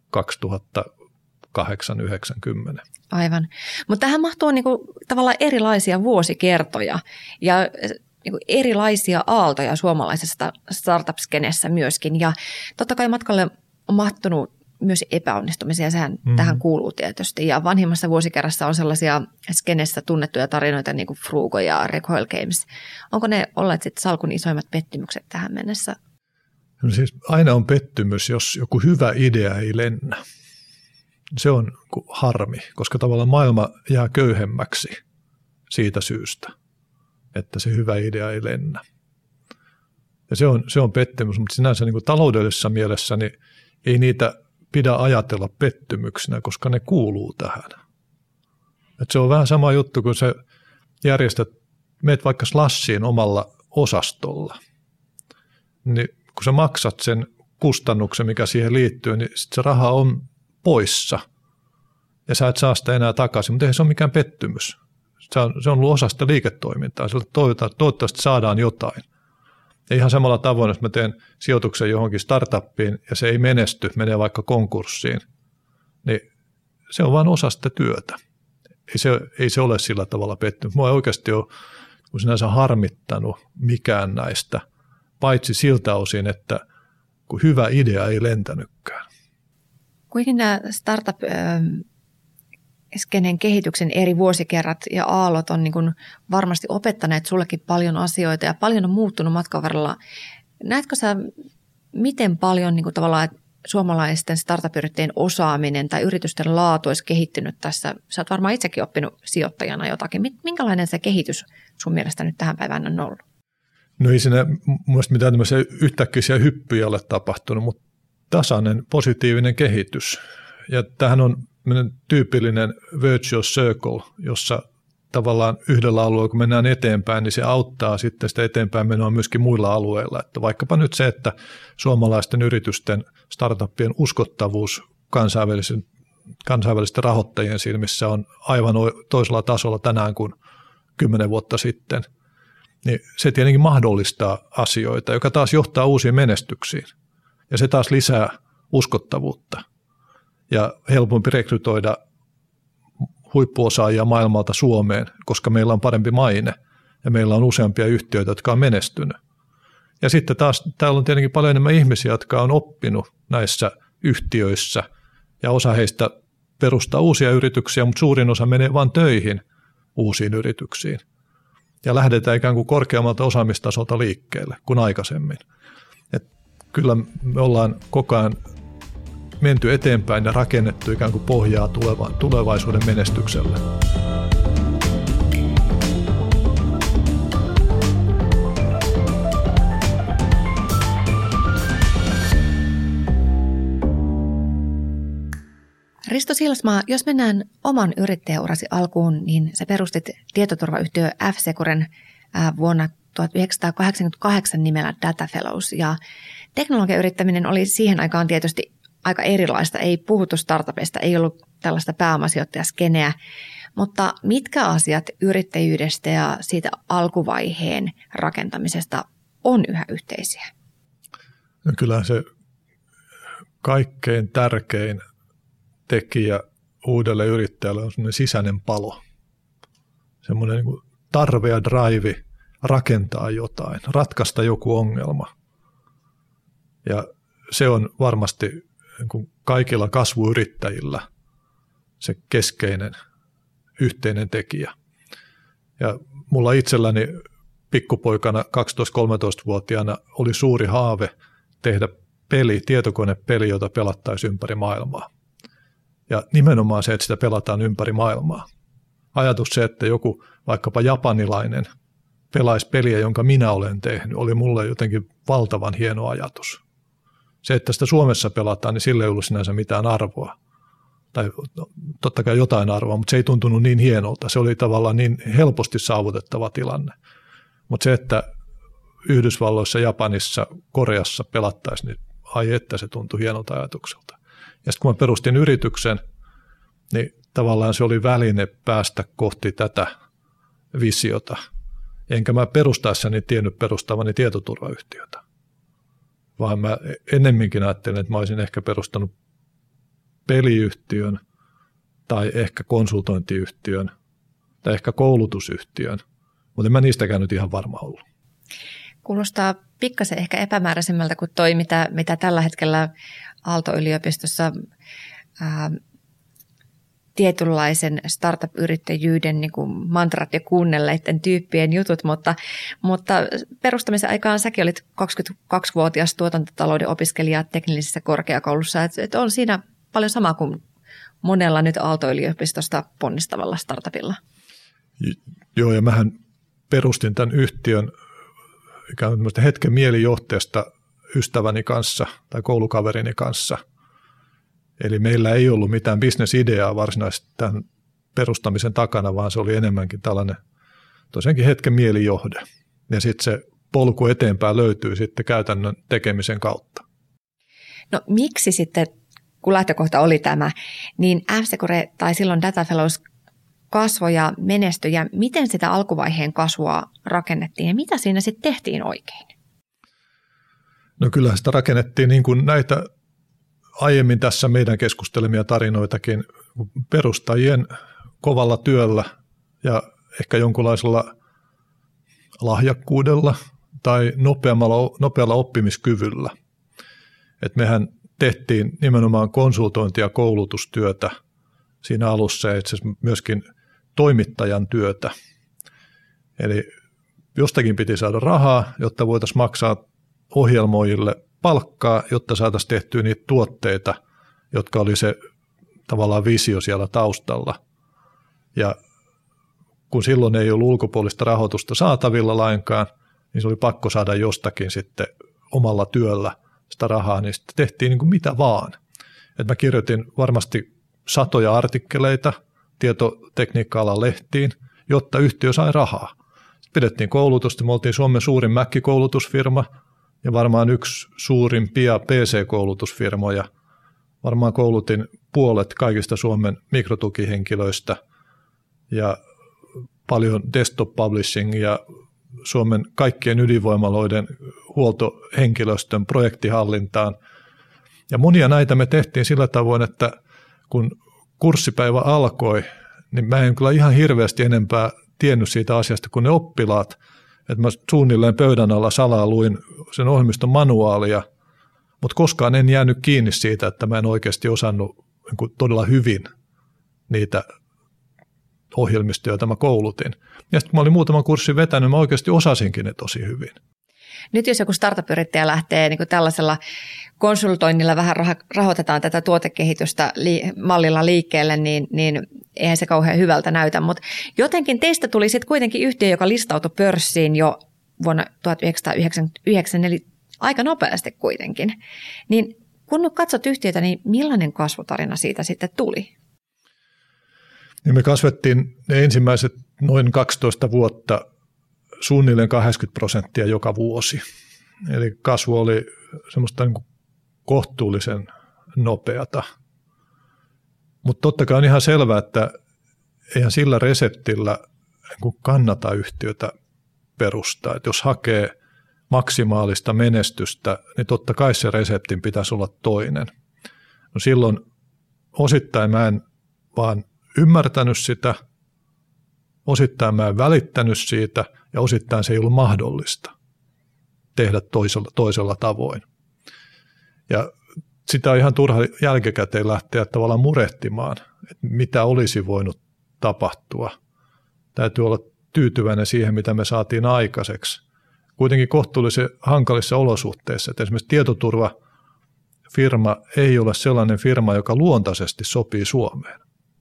kaksituhattakahdeksan yhdeksänkymmentä. Aivan, mutta tähän mahtuu niinku tavallaan erilaisia vuosikertoja ja niinku erilaisia aaltoja suomalaisessa startup-skenessä myöskin ja totta kai matkalle on mahtunut myös epäonnistumisia, sehän mm. tähän kuuluu tietysti. Ja vanhimmassa vuosikerrassa on sellaisia skenessä tunnettuja tarinoita niin kuin Fruugo ja Recoil Games. Onko ne olleet sitten salkun isoimmat pettymykset tähän mennessä? No siis aina on pettymys, jos joku hyvä idea ei lennä. Se on harmi, koska tavallaan maailma jää köyhemmäksi siitä syystä, että se hyvä idea ei lennä. Ja se on, se on pettymys, mutta sinänsä niin kuin taloudellisessa mielessä niin ei niitä pidä ajatella pettymyksinä, koska ne kuuluu tähän. Et se on vähän sama juttu, kun sä järjestät, meet vaikka Slashiin omalla osastolla, niin kun sä maksat sen kustannuksen, mikä siihen liittyy, niin sit se raha on poissa ja sä et saa sitä enää takaisin, mutta ei se ole mikään pettymys. Se on, se on ollut osa sitä liiketoimintaa, sillä toivottavasti saadaan jotain. Ja ihan samalla tavoin, jos mä teen sijoituksen johonkin startuppiin ja se ei menesty, menee vaikka konkurssiin, niin se on vain osa sitä työtä. Ei se, ei se ole sillä tavalla pettynyt. Mua ei oikeasti ole sinänsä harmittanut mikään näistä, paitsi siltä osin, että kun hyvä idea ei lentänytkään. Kuinka nämä startup-skenen kehityksen eri vuosikerrat ja aallot on niin kuin varmasti opettaneet sullekin paljon asioita ja paljon on muuttunut matkan varrella. Näetkö sä, miten paljon niin kuin tavallaan suomalaisten startup-yrittäjien osaaminen tai yritysten laatu olisi kehittynyt tässä? Sä oot varmaan itsekin oppinut sijoittajana jotakin. Minkälainen se kehitys sun mielestä nyt tähän päivään on ollut? No ei siinä mielestäni mitään tämmöisiä yhtäkkiä hyppyjä ole tapahtunut, mutta tasainen positiivinen kehitys. Ja tämähän on tyypillinen virtuous circle, jossa tavallaan yhdellä alueella, kun mennään eteenpäin, niin se auttaa sitten sitä eteenpäin menoa myöskin muilla alueilla. Että vaikkapa nyt se, että suomalaisten yritysten startuppien uskottavuus kansainvälisten, kansainvälisten rahoittajien silmissä on aivan toisella tasolla tänään kuin kymmenen vuotta sitten, niin se tietenkin mahdollistaa asioita, joka taas johtaa uusiin menestyksiin. Ja se taas lisää uskottavuutta ja helpompi rekrytoida huippuosaajia maailmalta Suomeen, koska meillä on parempi maine ja meillä on useampia yhtiöitä, jotka on menestynyt. Ja sitten taas täällä on tietenkin paljon enemmän ihmisiä, jotka on oppinut näissä yhtiöissä ja osa heistä perustaa uusia yrityksiä, mutta suurin osa menee vain töihin uusiin yrityksiin. Ja lähdetään ikään kuin korkeammalta osaamistasolta liikkeelle kuin aikaisemmin. Et kyllä me ollaan koko ajan menty eteenpäin ja rakennettu ikään kuin pohjaa tulevaisuuden menestykselle. Risto Silsmaa, jos mennään oman yrittäjäurasi alkuun, niin sä perustit tietoturvayhtiö F-Securen vuonna tuhatyhdeksänsataakahdeksankymmentäkahdeksan nimellä Data Fellows. Ja teknologiayrittäminen oli siihen aikaan tietysti aika erilaista. Ei puhuttu startupista, ei ollut tällaista pääomasijoittajaskeneä. Mutta mitkä asiat yrittäjyydestä ja siitä alkuvaiheen rakentamisesta on yhä yhteisiä? No kyllä se kaikkein tärkein tekijä uudelle yrittäjälle on semmoinen sisäinen palo. Semmoinen niin kuin tarve ja drive rakentaa jotain, ratkaista joku ongelma. Ja se on varmasti niin kuin kaikilla kasvuyrittäjillä se keskeinen yhteinen tekijä. Ja mulla itselläni pikkupoikana kaksitoista-kolmetoista-vuotiaana oli suuri haave tehdä peli, tietokonepeli, jota pelattaisiin ympäri maailmaa. Ja nimenomaan se, että sitä pelataan ympäri maailmaa. Ajatus se, että joku vaikkapa japanilainen pelaisi peliä, jonka minä olen tehnyt, oli mulle jotenkin valtavan hieno ajatus. Se, että sitä Suomessa pelataan, niin sille ei ollut sinänsä mitään arvoa. Tai no, totta kai jotain arvoa, mutta se ei tuntunut niin hienolta. Se oli tavallaan niin helposti saavutettava tilanne. Mutta se, että Yhdysvalloissa, Japanissa, Koreassa pelattaisiin, niin ai että se tuntui hienolta ajatukselta. Ja sitten kun mä perustin yrityksen, niin tavallaan se oli väline päästä kohti tätä visiota. Enkä mä perustaessani tiennyt perustavani tietoturvayhtiötä, vaan mä ennemminkin ajattelin, että mä olisin ehkä perustanut peliyhtiön tai ehkä konsultointiyhtiön tai ehkä koulutusyhtiön, mutta en mä niistäkään nyt ihan varma ollut. Kuulostaa pikkasen ehkä epämääräisemmältä kuin toi, mitä, mitä tällä hetkellä Aalto-yliopistossa ää, tietynlaisen startup-yrittäjyyden niin kuin mantrat ja kuunnelleiden tyyppien jutut, mutta, mutta perustamisen aikaan säkin olit kaksikymmentäkaksivuotias tuotantotalouden opiskelija teknillisessä korkeakoulussa, että et on siinä paljon sama kuin monella nyt Aalto-yliopistosta ponnistavalla startupilla. Joo, ja mähän perustin tämän yhtiön ikään kuin hetken mielijohteesta ystäväni kanssa tai koulukaverini kanssa. Eli meillä ei ollut mitään bisnesideaa varsinaisesti tämän perustamisen takana, vaan se oli enemmänkin tällainen tosiaankin hetken mielijohde. Ja sitten se polku eteenpäin löytyy sitten käytännön tekemisen kautta. No miksi sitten, kun lähtökohta oli tämä, niin F-Secure tai silloin Data Fellows kasvoi ja menestyi, ja miten sitä alkuvaiheen kasvua rakennettiin ja mitä siinä sitten tehtiin oikein? No kyllähän sitä rakennettiin niin kuin näitä aiemmin tässä meidän keskustelemia tarinoitakin perustajien kovalla työllä ja ehkä jonkunlaisella lahjakkuudella tai nopealla, nopealla oppimiskyvyllä. että mehän tehtiin nimenomaan konsultointi- ja koulutustyötä siinä alussa ja itse asiassa myöskin toimittajan työtä. Eli jostakin piti saada rahaa, jotta voitaisiin maksaa ohjelmoijille palkkaa, jotta saataisiin tehtyä niitä tuotteita, jotka oli se tavallaan visio siellä taustalla. Ja kun silloin ei ollut ulkopuolista rahoitusta saatavilla lainkaan, niin se oli pakko saada jostakin sitten omalla työllä sitä rahaa, niin sitten tehtiin niin kuin mitä vaan. Et mä kirjoitin varmasti satoja artikkeleita tietotekniikka-alan lehtiin, jotta yhtiö sai rahaa. Sitten pidettiin koulutusta, me oltiin Suomen suurin Mac-koulutusfirma ja varmaan yksi suurimpia P C-koulutusfirmoja. Varmaan koulutin puolet kaikista Suomen mikrotukihenkilöistä ja paljon desktop publishing ja Suomen kaikkien ydinvoimaloiden huoltohenkilöstön projektihallintaan. Ja monia näitä me tehtiin sillä tavoin, että kun kurssipäivä alkoi, niin mä en kyllä ihan hirveästi enempää tiennyt siitä asiasta kuin ne oppilaat. Että mä suunnilleen pöydän alla salaa luin sen ohjelmiston manuaalia, mutta koskaan en jäänyt kiinni siitä, että mä en oikeasti osannut niin todella hyvin niitä ohjelmistoja, joita mä koulutin. Ja sitten kun mä olin muutaman kurssin vetänyt, mä oikeasti osasinkin ne tosi hyvin. Nyt jos joku startup-yrittäjä lähtee niin kuin tällaisella konsultoinnilla vähän rahoitetaan tätä tuotekehitystä mallilla liikkeelle, niin, niin eihän se kauhean hyvältä näytä. Mutta jotenkin teistä tuli sitten kuitenkin yhtiö, joka listautui pörssiin jo vuonna tuhatyhdeksänsataayhdeksänkymmentäyhdeksän, eli aika nopeasti kuitenkin. Niin kun nyt katsot yhtiötä, niin millainen kasvutarina siitä sitten tuli? Niin me kasvettiin ne ensimmäiset noin kaksitoista vuotta suunnilleen kahdeksankymmentä prosenttia joka vuosi. Eli kasvu oli semmoista niin kuin kohtuullisen nopeata. Mutta totta kai on ihan selvää, että eihän sillä reseptillä niin kuin kannata yhtiötä perustaa. Et jos hakee maksimaalista menestystä, niin totta kai se reseptin pitäisi olla toinen. No silloin osittain mä en vaan ymmärtänyt sitä, osittain mä en välittänyt siitä ja osittain se ei ollut mahdollista tehdä toisella, toisella tavoin. Ja sitä on ihan turha jälkikäteen lähteä tavallaan murehtimaan, että mitä olisi voinut tapahtua. Täytyy olla tyytyväinen siihen, mitä me saatiin aikaiseksi. Kuitenkin kohtuullisen hankalissa olosuhteissa, että esimerkiksi tietoturvafirma ei ole sellainen firma, joka luontaisesti sopii Suomeen.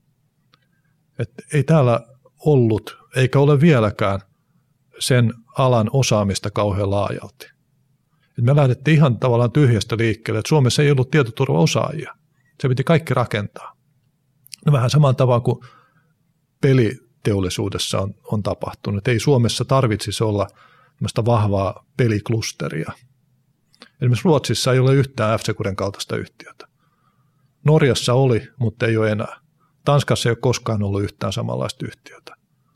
Että ei täällä ollut, eikä ole vieläkään sen alan osaamista kauhean laajalti. Et me lähdettiin ihan tavallaan tyhjästä liikkeelle, että Suomessa ei ollut tietoturvaosaajia. Se piti kaikki rakentaa. No vähän saman tavalla kuin peliteollisuudessa on, on tapahtunut. Ei Suomessa tarvitsisi olla vahvaa peliklusteria. Esimerkiksi Ruotsissa ei ole yhtään F-Securen kaltaista yhtiötä. Norjassa oli, mutta ei ole enää. Tanskassa ei ole koskaan ollut yhtään samanlaista yhtiötä.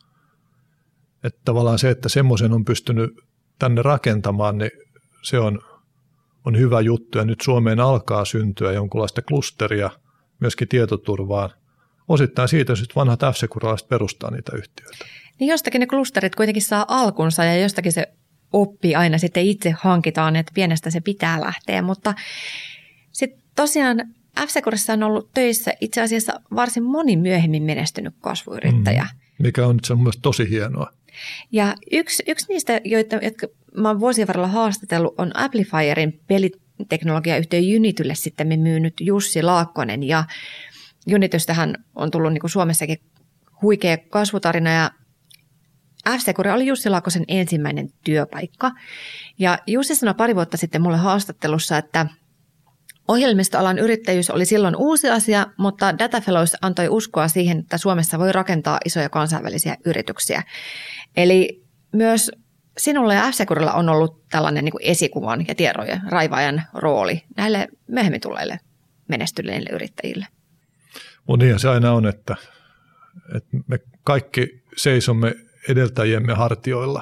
Että tavallaan se, että semmoisen on pystynyt tänne rakentamaan, niin se on, on hyvä juttu. Ja nyt Suomeen alkaa syntyä jonkunlaista klusteria myöskin tietoturvaan. Osittain siitä, että vanhat F-Securilaiset perustaa niitä yhtiöitä. Niin jostakin ne klusterit kuitenkin saa alkunsa ja jostakin se oppi aina sitten itse hankitaan, että pienestä se pitää lähteä. Mutta sitten tosiaan F-Securissa on ollut töissä itse asiassa varsin moni myöhemmin menestynyt kasvuyrittäjä. Mm, mikä on itse asiassa tosi hienoa. Ja yksi, yksi niistä, joita, jotka mä oon vuosien varrella haastatellut, on Amplifierin peliteknologiayhtiö Unitylle sitten me myynyt Jussi Laakkonen. Ja Unitystähän on tullut niin kuin Suomessakin huikea kasvutarina ja F-Secure oli Jussi Laakkosen ensimmäinen työpaikka. Ja Jussi sanoi pari vuotta sitten mulle haastattelussa, että ohjelmistoalan yrittäjyys oli silloin uusi asia, mutta Data Fellows antoi uskoa siihen, että Suomessa voi rakentaa isoja kansainvälisiä yrityksiä. Eli myös sinulla ja F-Securella on ollut tällainen niin kuin esikuvan ja tiedon raivaajan rooli näille myöhemmin tulleille menestyneille yrittäjille. No niin, se aina on, että, että me kaikki seisomme edeltäjiemme hartioilla.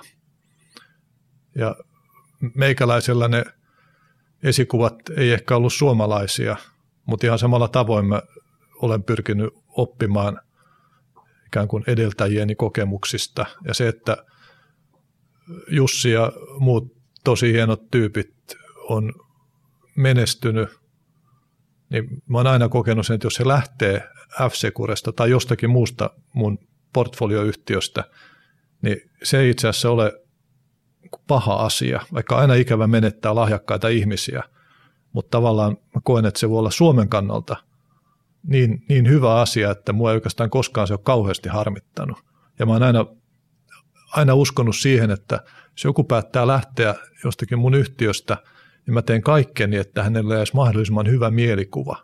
Ja meikäläisellä ne esikuvat ei ehkä ollut suomalaisia, mutta ihan samalla tavoin mä olen pyrkinyt oppimaan ikään kuin edeltäjieni kokemuksista. Ja se, että Jussi ja muut tosi hienot tyypit on menestynyt, niin mä oon aina kokenut sen, että jos se lähtee F-Securesta tai jostakin muusta mun portfolioyhtiöstä, niin se ei itse asiassa ole paha asia, vaikka aina ikävä menettää lahjakkaita ihmisiä, mutta tavallaan mä koen, että se voi olla Suomen kannalta niin, niin hyvä asia, että mua ei oikeastaan koskaan se ole kauheasti harmittanut. Ja mä oon aina, aina uskonut siihen, että jos joku päättää lähteä jostakin mun yhtiöstä, niin mä teen kaikkeni, että hänellä olisi mahdollisimman hyvä mielikuva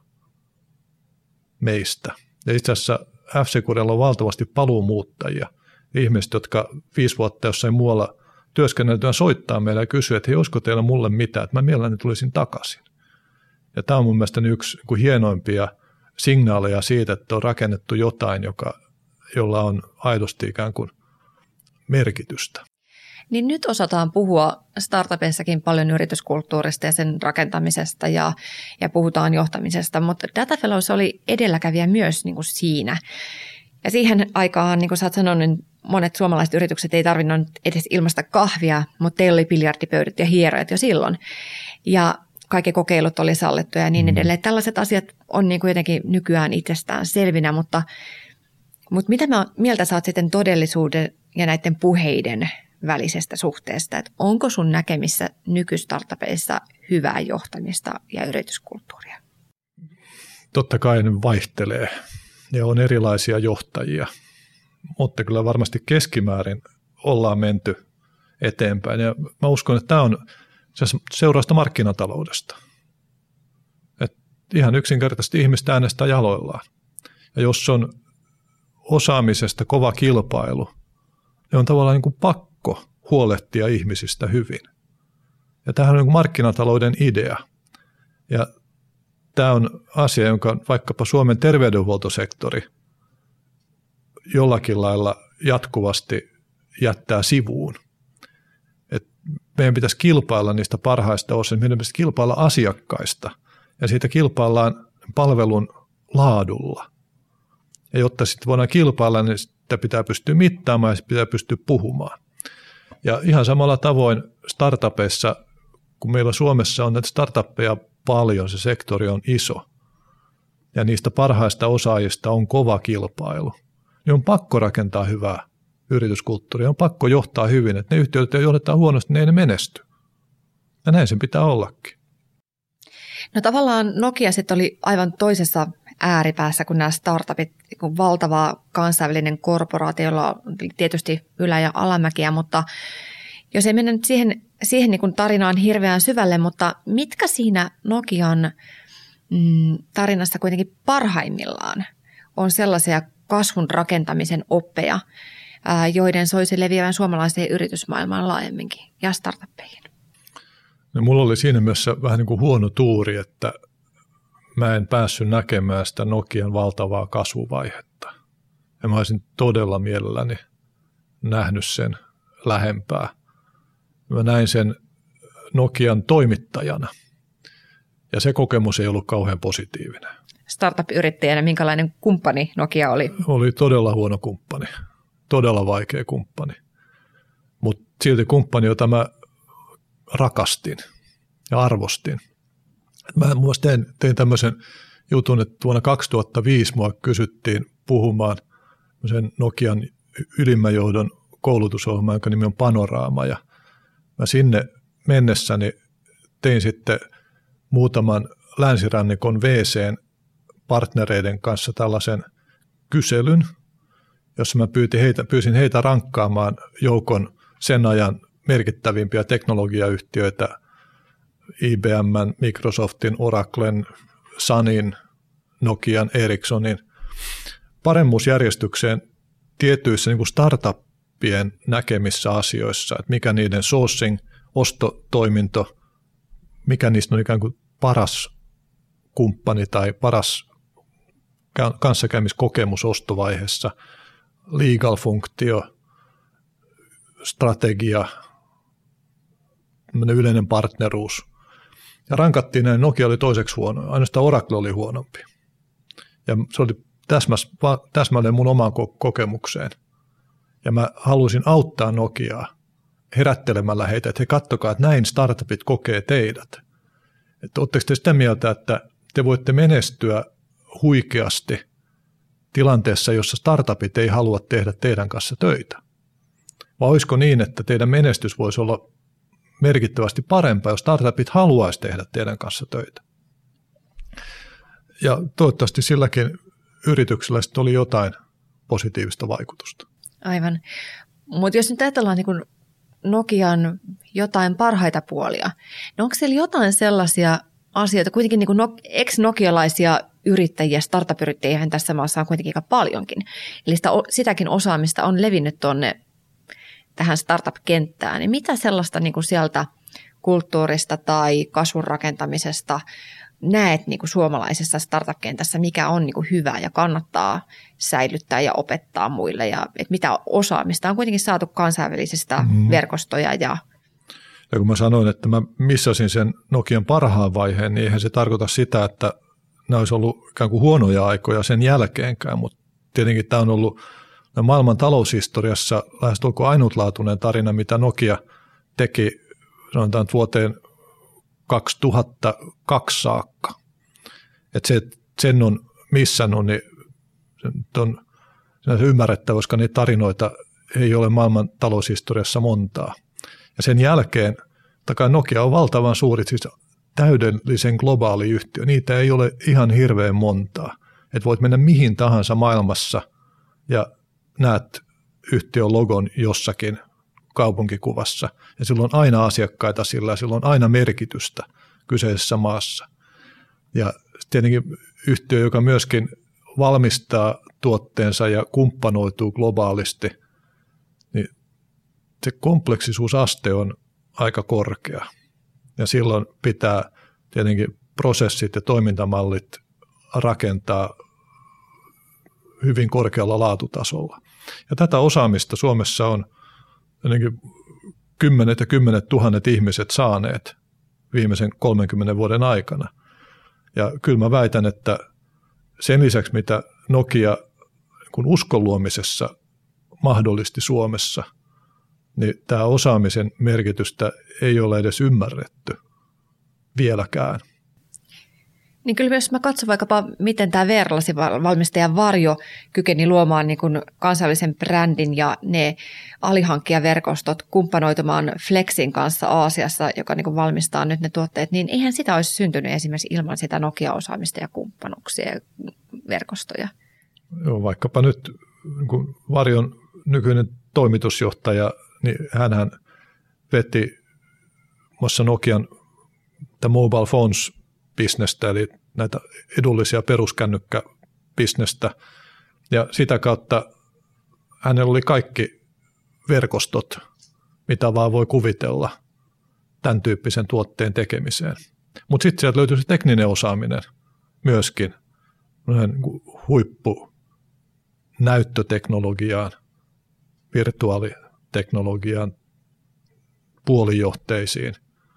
meistä. Ja itse asiassa F-Securella on valtavasti paluumuuttajia, ihmiset, jotka viisi vuotta jossain muualla työskenneltyään soittaa meille ja kysyy, että hei, olisiko teillä mulle mitään, että mä mielelläni tulisin takaisin. Ja tämä on mun mielestä yksi hienoimpia signaaleja siitä, että on rakennettu jotain, joka, jolla on aidosti ikään kuin merkitystä. Niin nyt osataan puhua startupeissakin paljon yrityskulttuurista ja sen rakentamisesta ja, ja puhutaan johtamisesta, mutta Data Fellows oli edelläkävijä myös niin kuin siinä. Ja siihen aikaan, niin kuin sä oot sanonut, niin monet suomalaiset yritykset ei tarvinnut edes ilmaista kahvia, mutta teillä oli biljardipöydät ja hierojat jo silloin. Ja kaikki kokeilut oli sallittuja ja niin edelleen. Tällaiset asiat on niin kuin jotenkin nykyään itsestään selvinä, mutta, mutta mitä mä, mieltä sä oot sitten todellisuuden ja näiden puheiden välisestä suhteesta, että onko sun näkemissä nykystartupeissa hyvää johtamista ja yrityskulttuuria? Totta kai ne vaihtelee ja on erilaisia johtajia, mutta kyllä varmasti keskimäärin ollaan menty eteenpäin ja mä uskon, että tämä on seurausta markkinataloudesta. Et ihan yksinkertaisesti ihmistä äänestää jaloillaan ja jos on osaamisesta kova kilpailu, niin on tavallaan niin kuin pakko huolehtia ihmisistä hyvin. Ja tämähän on niin kuin markkinatalouden idea. Ja tämä on asia, jonka vaikkapa Suomen terveydenhuoltosektori jollakin lailla jatkuvasti jättää sivuun. Et meidän pitäisi kilpailla niistä parhaista osista, meidän pitäisi kilpailla asiakkaista ja siitä kilpaillaan palvelun laadulla. Ja jotta sitten voidaan kilpailla, niin sitä pitää pystyä mittaamaan ja sitä pitää pystyä puhumaan. Ja ihan samalla tavoin startupeissa, kun meillä Suomessa on näitä startuppeja paljon, se sektori on iso ja niistä parhaista osaajista on kova kilpailu, niin on pakko rakentaa hyvää yrityskulttuuria, on pakko johtaa hyvin, että ne yhtiöt, joita johdetaan huonosti, ne ei ne menesty. Ja näin sen pitää ollakin. No tavallaan Nokia sitten oli aivan toisessa ääripäässä kuin nämä startupit, kun valtava kansainvälinen korporaatio, jolla on tietysti ylä- ja alamäkiä, mutta jos ei mennä nyt siihen, siihen niin kuin tarinaan hirveän syvälle, mutta mitkä siinä Nokian mm, tarinassa kuitenkin parhaimmillaan on sellaisia kasvun rakentamisen oppeja, ää, joiden soisi leviävän suomalaiseen yritysmaailmaan laajemminkin ja startuppeihin? No, mulla oli siinä myös vähän niin kuin huono tuuri, että mä en päässyt näkemään sitä Nokian valtavaa kasvuvaihetta. Ja mä olisin todella mielelläni nähnyt sen lähempää. Mä näin sen Nokian toimittajana ja se kokemus ei ollut kauhean positiivinen. Startup-yrittäjänä minkälainen kumppani Nokia oli? Oli todella huono kumppani, todella vaikea kumppani, mutta silti kumppani, jota mä rakastin ja arvostin. Mä muun muassa tein, tein tämmöisen jutun, että vuonna kaksituhattaviisi mua kysyttiin puhumaan sen Nokian ylimmän johdon koulutusohjelma, jonka nimi on Panoraama, ja mä sinne mennessäni tein sitten muutaman länsirannikon V C:n partnereiden kanssa tällaisen kyselyn, jossa mä pyysin heitä, pyysin heitä rankkaamaan joukon sen ajan merkittävimpiä teknologiayhtiöitä, I B M:n, Microsoftin, Oraclen, Sunin, Nokian, Ericssonin paremmuusjärjestykseen tietyissä niin kuin startuppien näkemissä asioissa, että mikä niiden sourcing, ostotoiminto, mikä niistä on ikään kuin paras kumppani tai paras kanssakäymiskokemus ostovaiheessa, legal-funktio, strategia, yleinen partneruus. Ja rankattiin näin, Nokia oli toiseksi huono, ainoastaan Oracle oli huonompi. Ja se oli täsmäs, täsmälleen mun omaan kokemukseen. Ja mä halusin auttaa Nokiaa herättelemällä heitä, että he kattokaa, että näin startupit kokee teidät. Että oletteko te sitä mieltä, että te voitte menestyä huikeasti tilanteessa, jossa startupit ei halua tehdä teidän kanssa töitä? Vai olisiko niin, että teidän menestys voisi olla merkittävästi parempaa, jos startupit haluaisi tehdä teidän kanssa töitä? Ja toivottavasti silläkin yrityksellä sitten oli jotain positiivista vaikutusta. Aivan. Mutta jos nyt ajatellaan niin Nokian jotain parhaita puolia, niin onko siellä jotain sellaisia asioita, kuitenkin niin kuin ex-nokialaisia yrittäjiä, startup-yrittäjiä tässä maassa on kuitenkin aika paljonkin. Eli sitä, sitäkin osaamista on levinnyt tuonne tähän startup-kenttään. Niin mitä sellaista niin kuin sieltä kulttuurista tai kasvun rakentamisesta näet niin kuin suomalaisessa startup-kentässä, mikä on niin kuin hyvä ja kannattaa säilyttää ja opettaa muille? Ja että mitä osaamista on kuitenkin saatu kansainvälisistä mm-hmm. verkostoja. Ja... ja kun mä sanoin, että mä missasin sen Nokian parhaan vaiheen, niin eihän se tarkoita sitä, että nämä olisi ollut ikään kuin huonoja aikoja sen jälkeenkään, mutta tietenkin tämä on ollut maailman taloushistoriassa lähestulkoon ainutlaatuinen tarina, mitä Nokia teki sanotaan vuoteen kaksituhattakaksi saakka. Että se, sen on missannut, niin on ymmärrettävä, koska niitä tarinoita ei ole maailman taloushistoriassa montaa. Ja sen jälkeen, takaa Nokia on valtavan suuri, siis täydellisen globaali yhtiö. Niitä ei ole ihan hirveän montaa. Että voit mennä mihin tahansa maailmassa ja näet yhtiön logon jossakin kaupunkikuvassa. Ja sillä on aina asiakkaita sillä ja sillä on aina merkitystä kyseisessä maassa. Ja tietenkin yhtiö, joka myöskin valmistaa tuotteensa ja kumppanoituu globaalisti, niin se kompleksisuusaste on aika korkea. Ja silloin pitää tietenkin prosessit ja toimintamallit rakentaa hyvin korkealla laatutasolla. Ja tätä osaamista Suomessa on kymmenet ja kymmenet tuhannet ihmiset saaneet viimeisen kolmenkymmenen vuoden aikana. Ja kyllä mä väitän, että sen lisäksi, mitä Nokia kun uskon luomisessa mahdollisti Suomessa, niin tämä osaamisen merkitystä ei ole edes ymmärretty vieläkään. Niin kyllä jos mä katson vaikkapa, miten tämä Verlasi-valmistajan Varjo kykeni luomaan niin kuin kansainvälisen brändin ja ne alihankkijaverkostot kumppanoitumaan Flexin kanssa Aasiassa, joka niin kuin valmistaa nyt ne tuotteet, niin eihän sitä olisi syntynyt esimerkiksi ilman sitä Nokia-osaamista ja kumppanuuksia ja verkostoja. Joo, vaikkapa nyt kun Varjon nykyinen toimitusjohtaja, niin hänhän veti muassa Nokian Mobile Phones bisnestä, eli näitä edullisia peruskännykkäbisnestä, ja sitä kautta hänellä oli kaikki verkostot, mitä vaan voi kuvitella tämän tyyppisen tuotteen tekemiseen. Mutta sitten sieltä löytyi se tekninen osaaminen myöskin, huippu näyttöteknologiaan, virtuaaliteknologiaan, puolijohteisiin.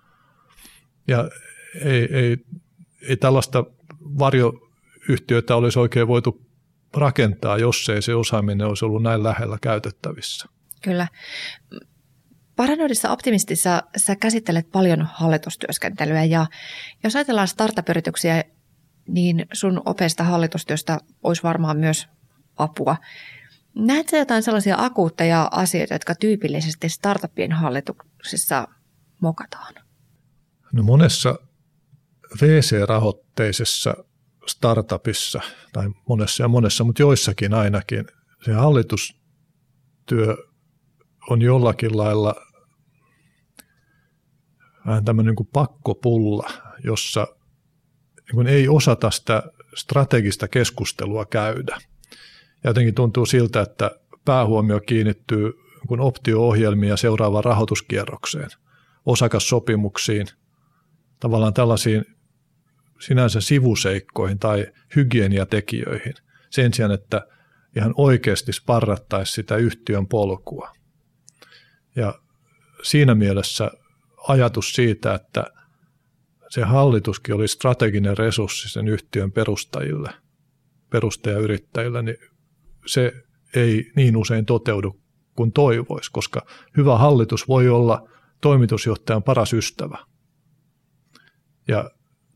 Ja ei, ei, ei tällaista varjoyhtiötä olisi oikein voitu rakentaa, jos ei se osaaminen olisi ollut näin lähellä käytettävissä. Kyllä. Paranoidissa Optimistissa sä käsittelet paljon hallitustyöskentelyä, ja jos ajatellaan startup-yrityksiä, niin sun opeista hallitustyöstä olisi varmaan myös apua. Näetkö jotain sellaisia akuutteja asioita, jotka tyypillisesti startupien hallituksissa mokataan? No monessa V C-rahoitteisessa startupissa, tai monessa ja monessa, mutta joissakin ainakin, se hallitustyö on jollakin lailla vähän tämmöinen kuin pakkopulla, jossa niin ei osata sitä strategista keskustelua käydä. Ja jotenkin tuntuu siltä, että päähuomio kiinnittyy niin optio-ohjelmiin ja seuraavaan rahoituskierrokseen, osakassopimuksiin, tavallaan tällaisiin sinänsä sivuseikkoihin tai hygieniatekijöihin sen sijaan, että ihan oikeasti sparrattaisi sitä yhtiön polkua. Ja siinä mielessä ajatus siitä, että se hallituskin oli strateginen resurssi sen yhtiön perustajille, perustajayrittäjille, niin se ei niin usein toteudu kuin toivoisi, koska hyvä hallitus voi olla toimitusjohtajan paras ystävä. Ja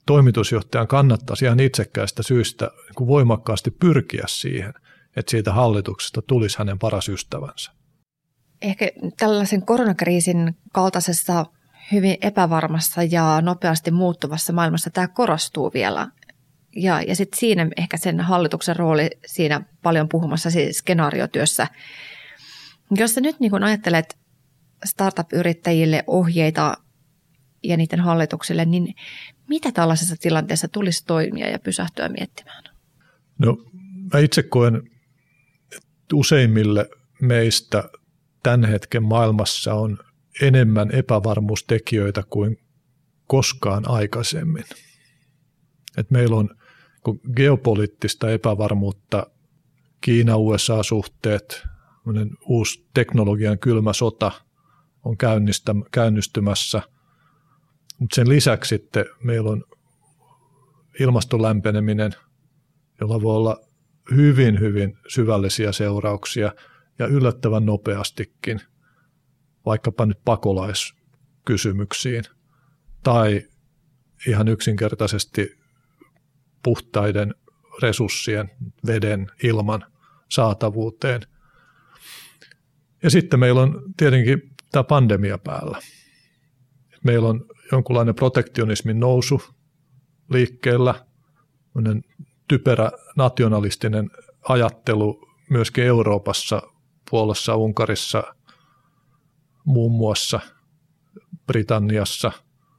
toimitusjohtajan kannattaisi ihan itsekkäistä syystä niin voimakkaasti pyrkiä siihen, että siitä hallituksesta tulisi hänen paras ystävänsä. Ehkä tällaisen koronakriisin kaltaisessa hyvin epävarmassa ja nopeasti muuttuvassa maailmassa tämä korostuu vielä. Ja, ja sitten siinä ehkä sen hallituksen rooli siinä paljon puhumassa siis skenaariotyössä. Jos sä nyt niin kun ajattelet startup-yrittäjille ohjeita ja niiden hallituksille, niin mitä tällaisessa tilanteessa tulisi toimia ja pysähtyä miettimään? No mä itse koen, että useimmille meistä tämän hetken maailmassa on enemmän epävarmuustekijöitä kuin koskaan aikaisemmin. Et meillä on geopoliittista epävarmuutta, Kiina-U S A-suhteet, uusi teknologian kylmä sota on käynnistymässä, mutta sen lisäksi sitten meillä on ilmaston lämpeneminen, jolla voi olla hyvin, hyvin syvällisiä seurauksia ja yllättävän nopeastikin, vaikkapa nyt pakolaiskysymyksiin tai ihan yksinkertaisesti puhtaiden resurssien, veden, ilman saatavuuteen. Ja sitten meillä on tietenkin tämä pandemia päällä. Meillä on jonkunlainen protektionismin nousu liikkeellä, typerä nationalistinen ajattelu myöskin Euroopassa, Puolassa, Unkarissa, muun muassa Britanniassa.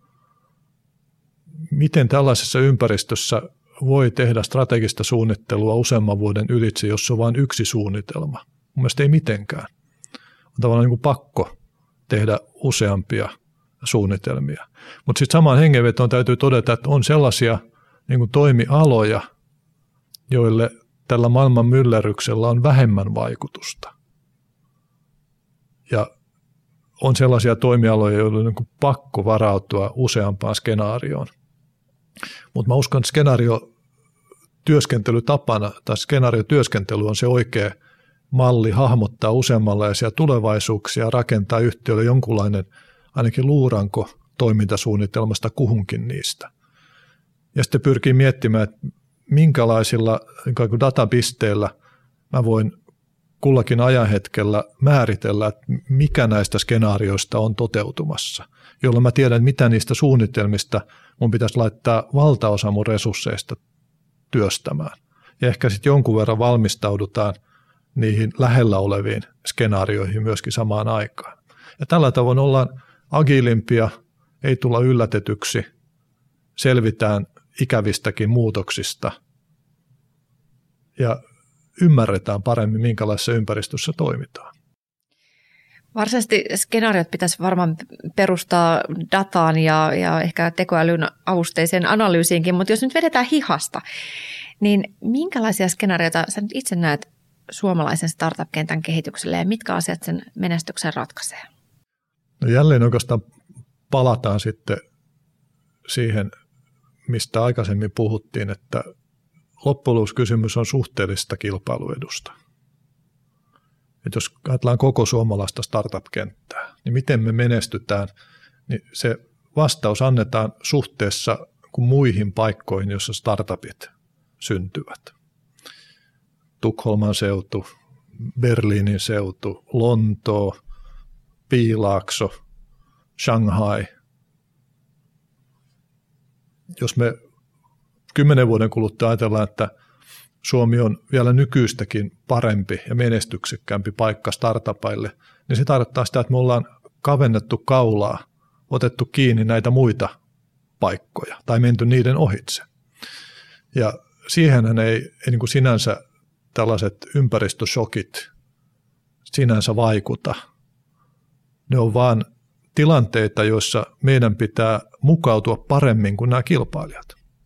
Miten tällaisessa ympäristössä voi tehdä strategista suunnittelua useamman vuoden ylitse, jos on vain yksi suunnitelma? Mun mielestä ei mitenkään. On tavallaan niin kuin pakko tehdä useampia suunnitelmia. Mutta sitten samaan hengenvetoon täytyy todeta, että on sellaisia niin kuin toimialoja, joille tällä maailman myllerryksellä on vähemmän vaikutusta. Ja on sellaisia toimialoja, joille on niin kuin pakko varautua useampaan skenaarioon. Mutta mä uskon, että skenaariotyöskentelytapana tai skenaariotyöskentely on se oikea malli hahmottaa useammanlaisia tulevaisuuksia, rakentaa yhtiölle jonkunlainen ainakin luuranko toimintasuunnitelmasta kuhunkin niistä. Ja sitten pyrkii miettimään, että minkälaisilla niin datapisteillä mä voin kullakin ajanhetkellä määritellä, että mikä näistä skenaarioista on toteutumassa, jolloin mä tiedän, mitä niistä suunnitelmista mun pitäisi laittaa valtaosa mun resursseista työstämään. Ja ehkä sitten jonkun verran valmistaudutaan niihin lähellä oleviin skenaarioihin myöskin samaan aikaan. Ja tällä tavoin ollaan agiilimpia, ei tulla yllätetyksi, selvitään ikävistäkin muutoksista ja ymmärretään paremmin, minkälaisessa ympäristössä toimitaan. Varsinaisesti skenaariot pitäisi varmaan perustaa dataan ja, ja ehkä tekoälyn avusteiseen analyysiinkin, mutta jos nyt vedetään hihasta, niin minkälaisia skenaarioita sä nyt itse näet suomalaisen startup-kentän kehitykselle ja mitkä asiat sen menestyksen ratkaisee? No jälleen oikeastaan palataan sitten siihen, mistä aikaisemmin puhuttiin, että loppujen lopuksi kysymys on suhteellisesta kilpailuedusta. Et jos ajatellaan koko suomalaista startup-kenttää, niin miten me menestytään, niin se vastaus annetaan suhteessa kuin muihin paikkoihin, joissa startupit syntyvät. Tukholman seutu, Berliinin seutu, Lontoo, Piilaakso, Shanghai. Jos me kymmenen vuoden kuluttua ajatellaan, että Suomi on vielä nykyistäkin parempi ja menestyksekkäämpi paikka startupaille, niin se tarkoittaa sitä, että me ollaan kavennettu kaulaa, otettu kiinni näitä muita paikkoja tai menty niiden ohitse. Ja siihenhän ei, ei niin kuin sinänsä tällaiset ympäristöshokit sinänsä vaikuta. Ne on vaan tilanteita, joissa meidän pitää mukautua paremmin kuin nämä kilpailijat.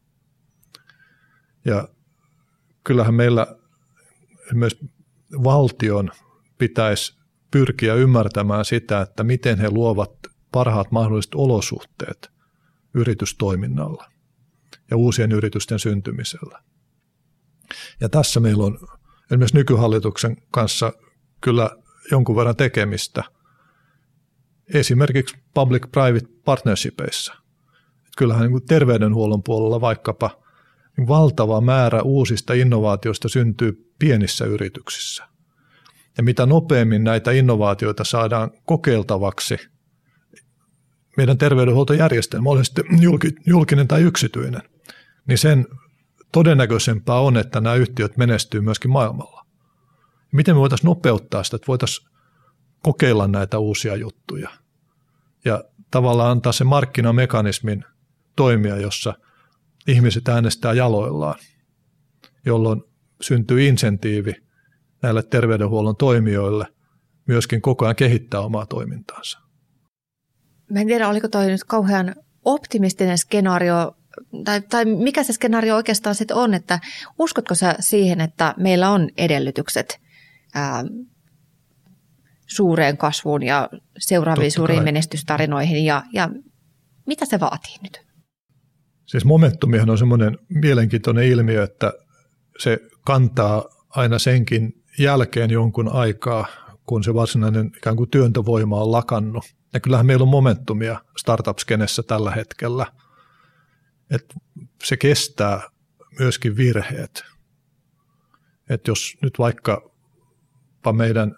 Ja kyllähän meillä myös valtion pitäisi pyrkiä ymmärtämään sitä, että miten he luovat parhaat mahdolliset olosuhteet yritystoiminnalla ja uusien yritysten syntymisellä. Ja tässä meillä on esimerkiksi nykyhallituksen kanssa kyllä jonkun verran tekemistä, esimerkiksi public-private partnershipeissa. Kyllähän niin kuin terveydenhuollon puolella vaikkapa niin valtava määrä uusista innovaatioista syntyy pienissä yrityksissä. Ja mitä nopeammin näitä innovaatioita saadaan kokeiltavaksi meidän terveydenhuoltojärjestelmä, oli sitten julkinen tai yksityinen, niin sen todennäköisempää on, että nämä yhtiöt menestyy myöskin maailmalla. Miten me voitaisiin nopeuttaa sitä, että voitaisiin kokeilla näitä uusia juttuja ja tavallaan antaa se markkinamekanismin toimia, jossa ihmiset äänestää jaloillaan, jolloin syntyy insentiivi näille terveydenhuollon toimijoille myöskin koko ajan kehittää omaa toimintaansa. Mä en tiedä, oliko toi nyt kauhean optimistinen skenaario, tai, tai mikä se skenaario oikeastaan sitten on, että uskotko sä siihen, että meillä on edellytykset ää, suureen kasvuun ja seuraaviin Totta suuriin kai. menestystarinoihin, ja, ja mitä se vaatii nyt? Siis momentumihan on semmoinen mielenkiintoinen ilmiö, että se kantaa aina senkin jälkeen jonkun aikaa, kun se varsinainen ikään kuin työntövoima on lakannut. Ja kyllähän meillä on momentumia startup-skenessä tällä hetkellä, että se kestää myöskin virheet. Että jos nyt vaikka meidän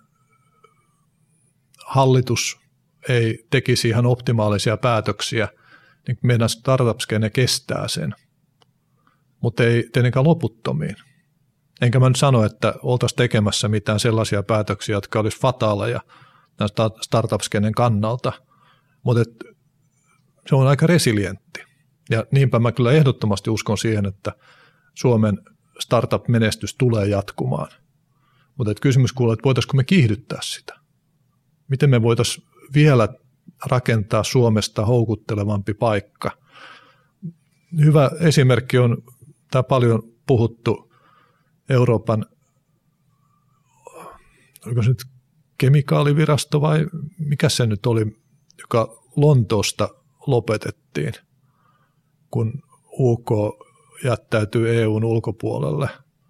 hallitus ei tekisi ihan optimaalisia päätöksiä, niin meidän startup-skene kestää sen, mutta ei tietenkään loputtomiin. Enkä mä nyt sano, että oltaisiin tekemässä mitään sellaisia päätöksiä, jotka olisi fataaleja startup-skenen kannalta, mutta se on aika resilientti. Ja niinpä mä kyllä ehdottomasti uskon siihen, että Suomen startup-menestys tulee jatkumaan. Mutta kysymys kuuluu, että voitaisiinko me kiihdyttää sitä? Miten me voitaisiin vielä rakentaa Suomesta houkuttelevampi paikka? Hyvä esimerkki on tämä paljon puhuttu Euroopan, oliko se nyt kemikaalivirasto vai mikä se nyt oli, joka Lontoosta lopetettiin, kun U K jättäytyi E U:n ulkopuolelle,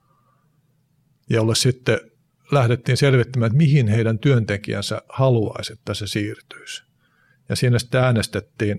jolle sitten lähdettiin selvittämään, että mihin heidän työntekijänsä haluaisi, että se siirtyisi. Ja siinä sitten äänestettiin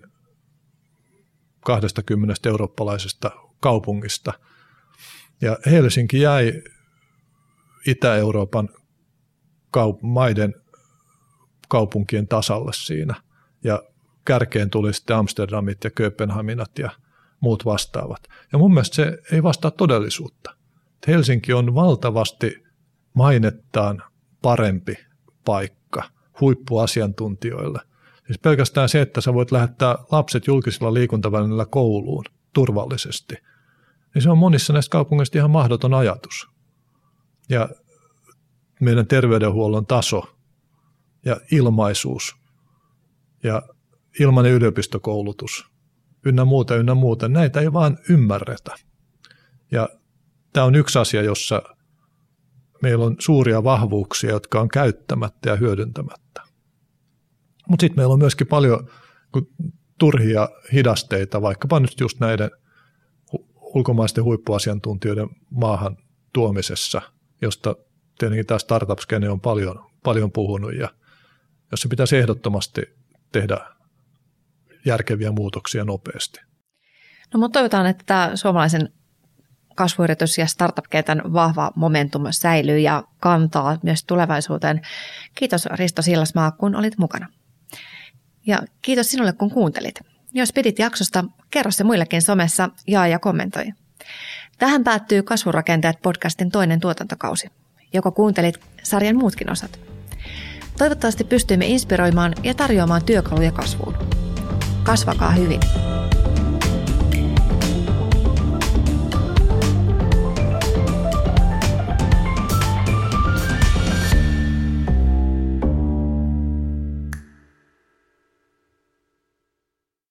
kaksikymmentä eurooppalaisesta kaupungista. Ja Helsinki jäi Itä-Euroopan kaup- maiden kaupunkien tasalle siinä. Ja kärkeen tuli sitten Amsterdamit ja Kööpenhaminat ja muut vastaavat. Ja mun mielestä se ei vastaa todellisuutta. Helsinki on valtavasti mainettaan parempi paikka huippuasiantuntijoille. Siis pelkästään se, että sä voit lähettää lapset julkisilla liikuntavälineillä kouluun turvallisesti, niin se on monissa näistä kaupungeista ihan mahdoton ajatus. Ja meidän terveydenhuollon taso ja ilmaisuus ja ilmainen yliopistokoulutus ynnä muuta, ynnä muuta, näitä ei vaan ymmärretä. Ja tämä on yksi asia, jossa meillä on suuria vahvuuksia, jotka on käyttämättä ja hyödyntämättä. Mutta sitten meillä on myöskin paljon turhia hidasteita, vaikkapa nyt just näiden ulkomaisten huippuasiantuntijoiden maahan tuomisessa, josta tietenkin tämä startup-skene on paljon, paljon puhunut, ja jossa pitäisi ehdottomasti tehdä järkeviä muutoksia nopeasti. No, mutta toivotaan, että tämä suomalaisen kasvuyritys- ja startup-kentän vahva momentum säilyy ja kantaa myös tulevaisuuteen. Kiitos Risto Siilasmaa, kun olit mukana. Ja kiitos sinulle, kun kuuntelit. Jos pidit jaksosta, kerro se muillekin somessa, jaa ja kommentoi. Tähän päättyy Kasvurakentajat podcastin toinen tuotantokausi. Joko kuuntelit sarjan muutkin osat? Toivottavasti pystyimme inspiroimaan ja tarjoamaan työkaluja kasvuun. Kasvakaa hyvin!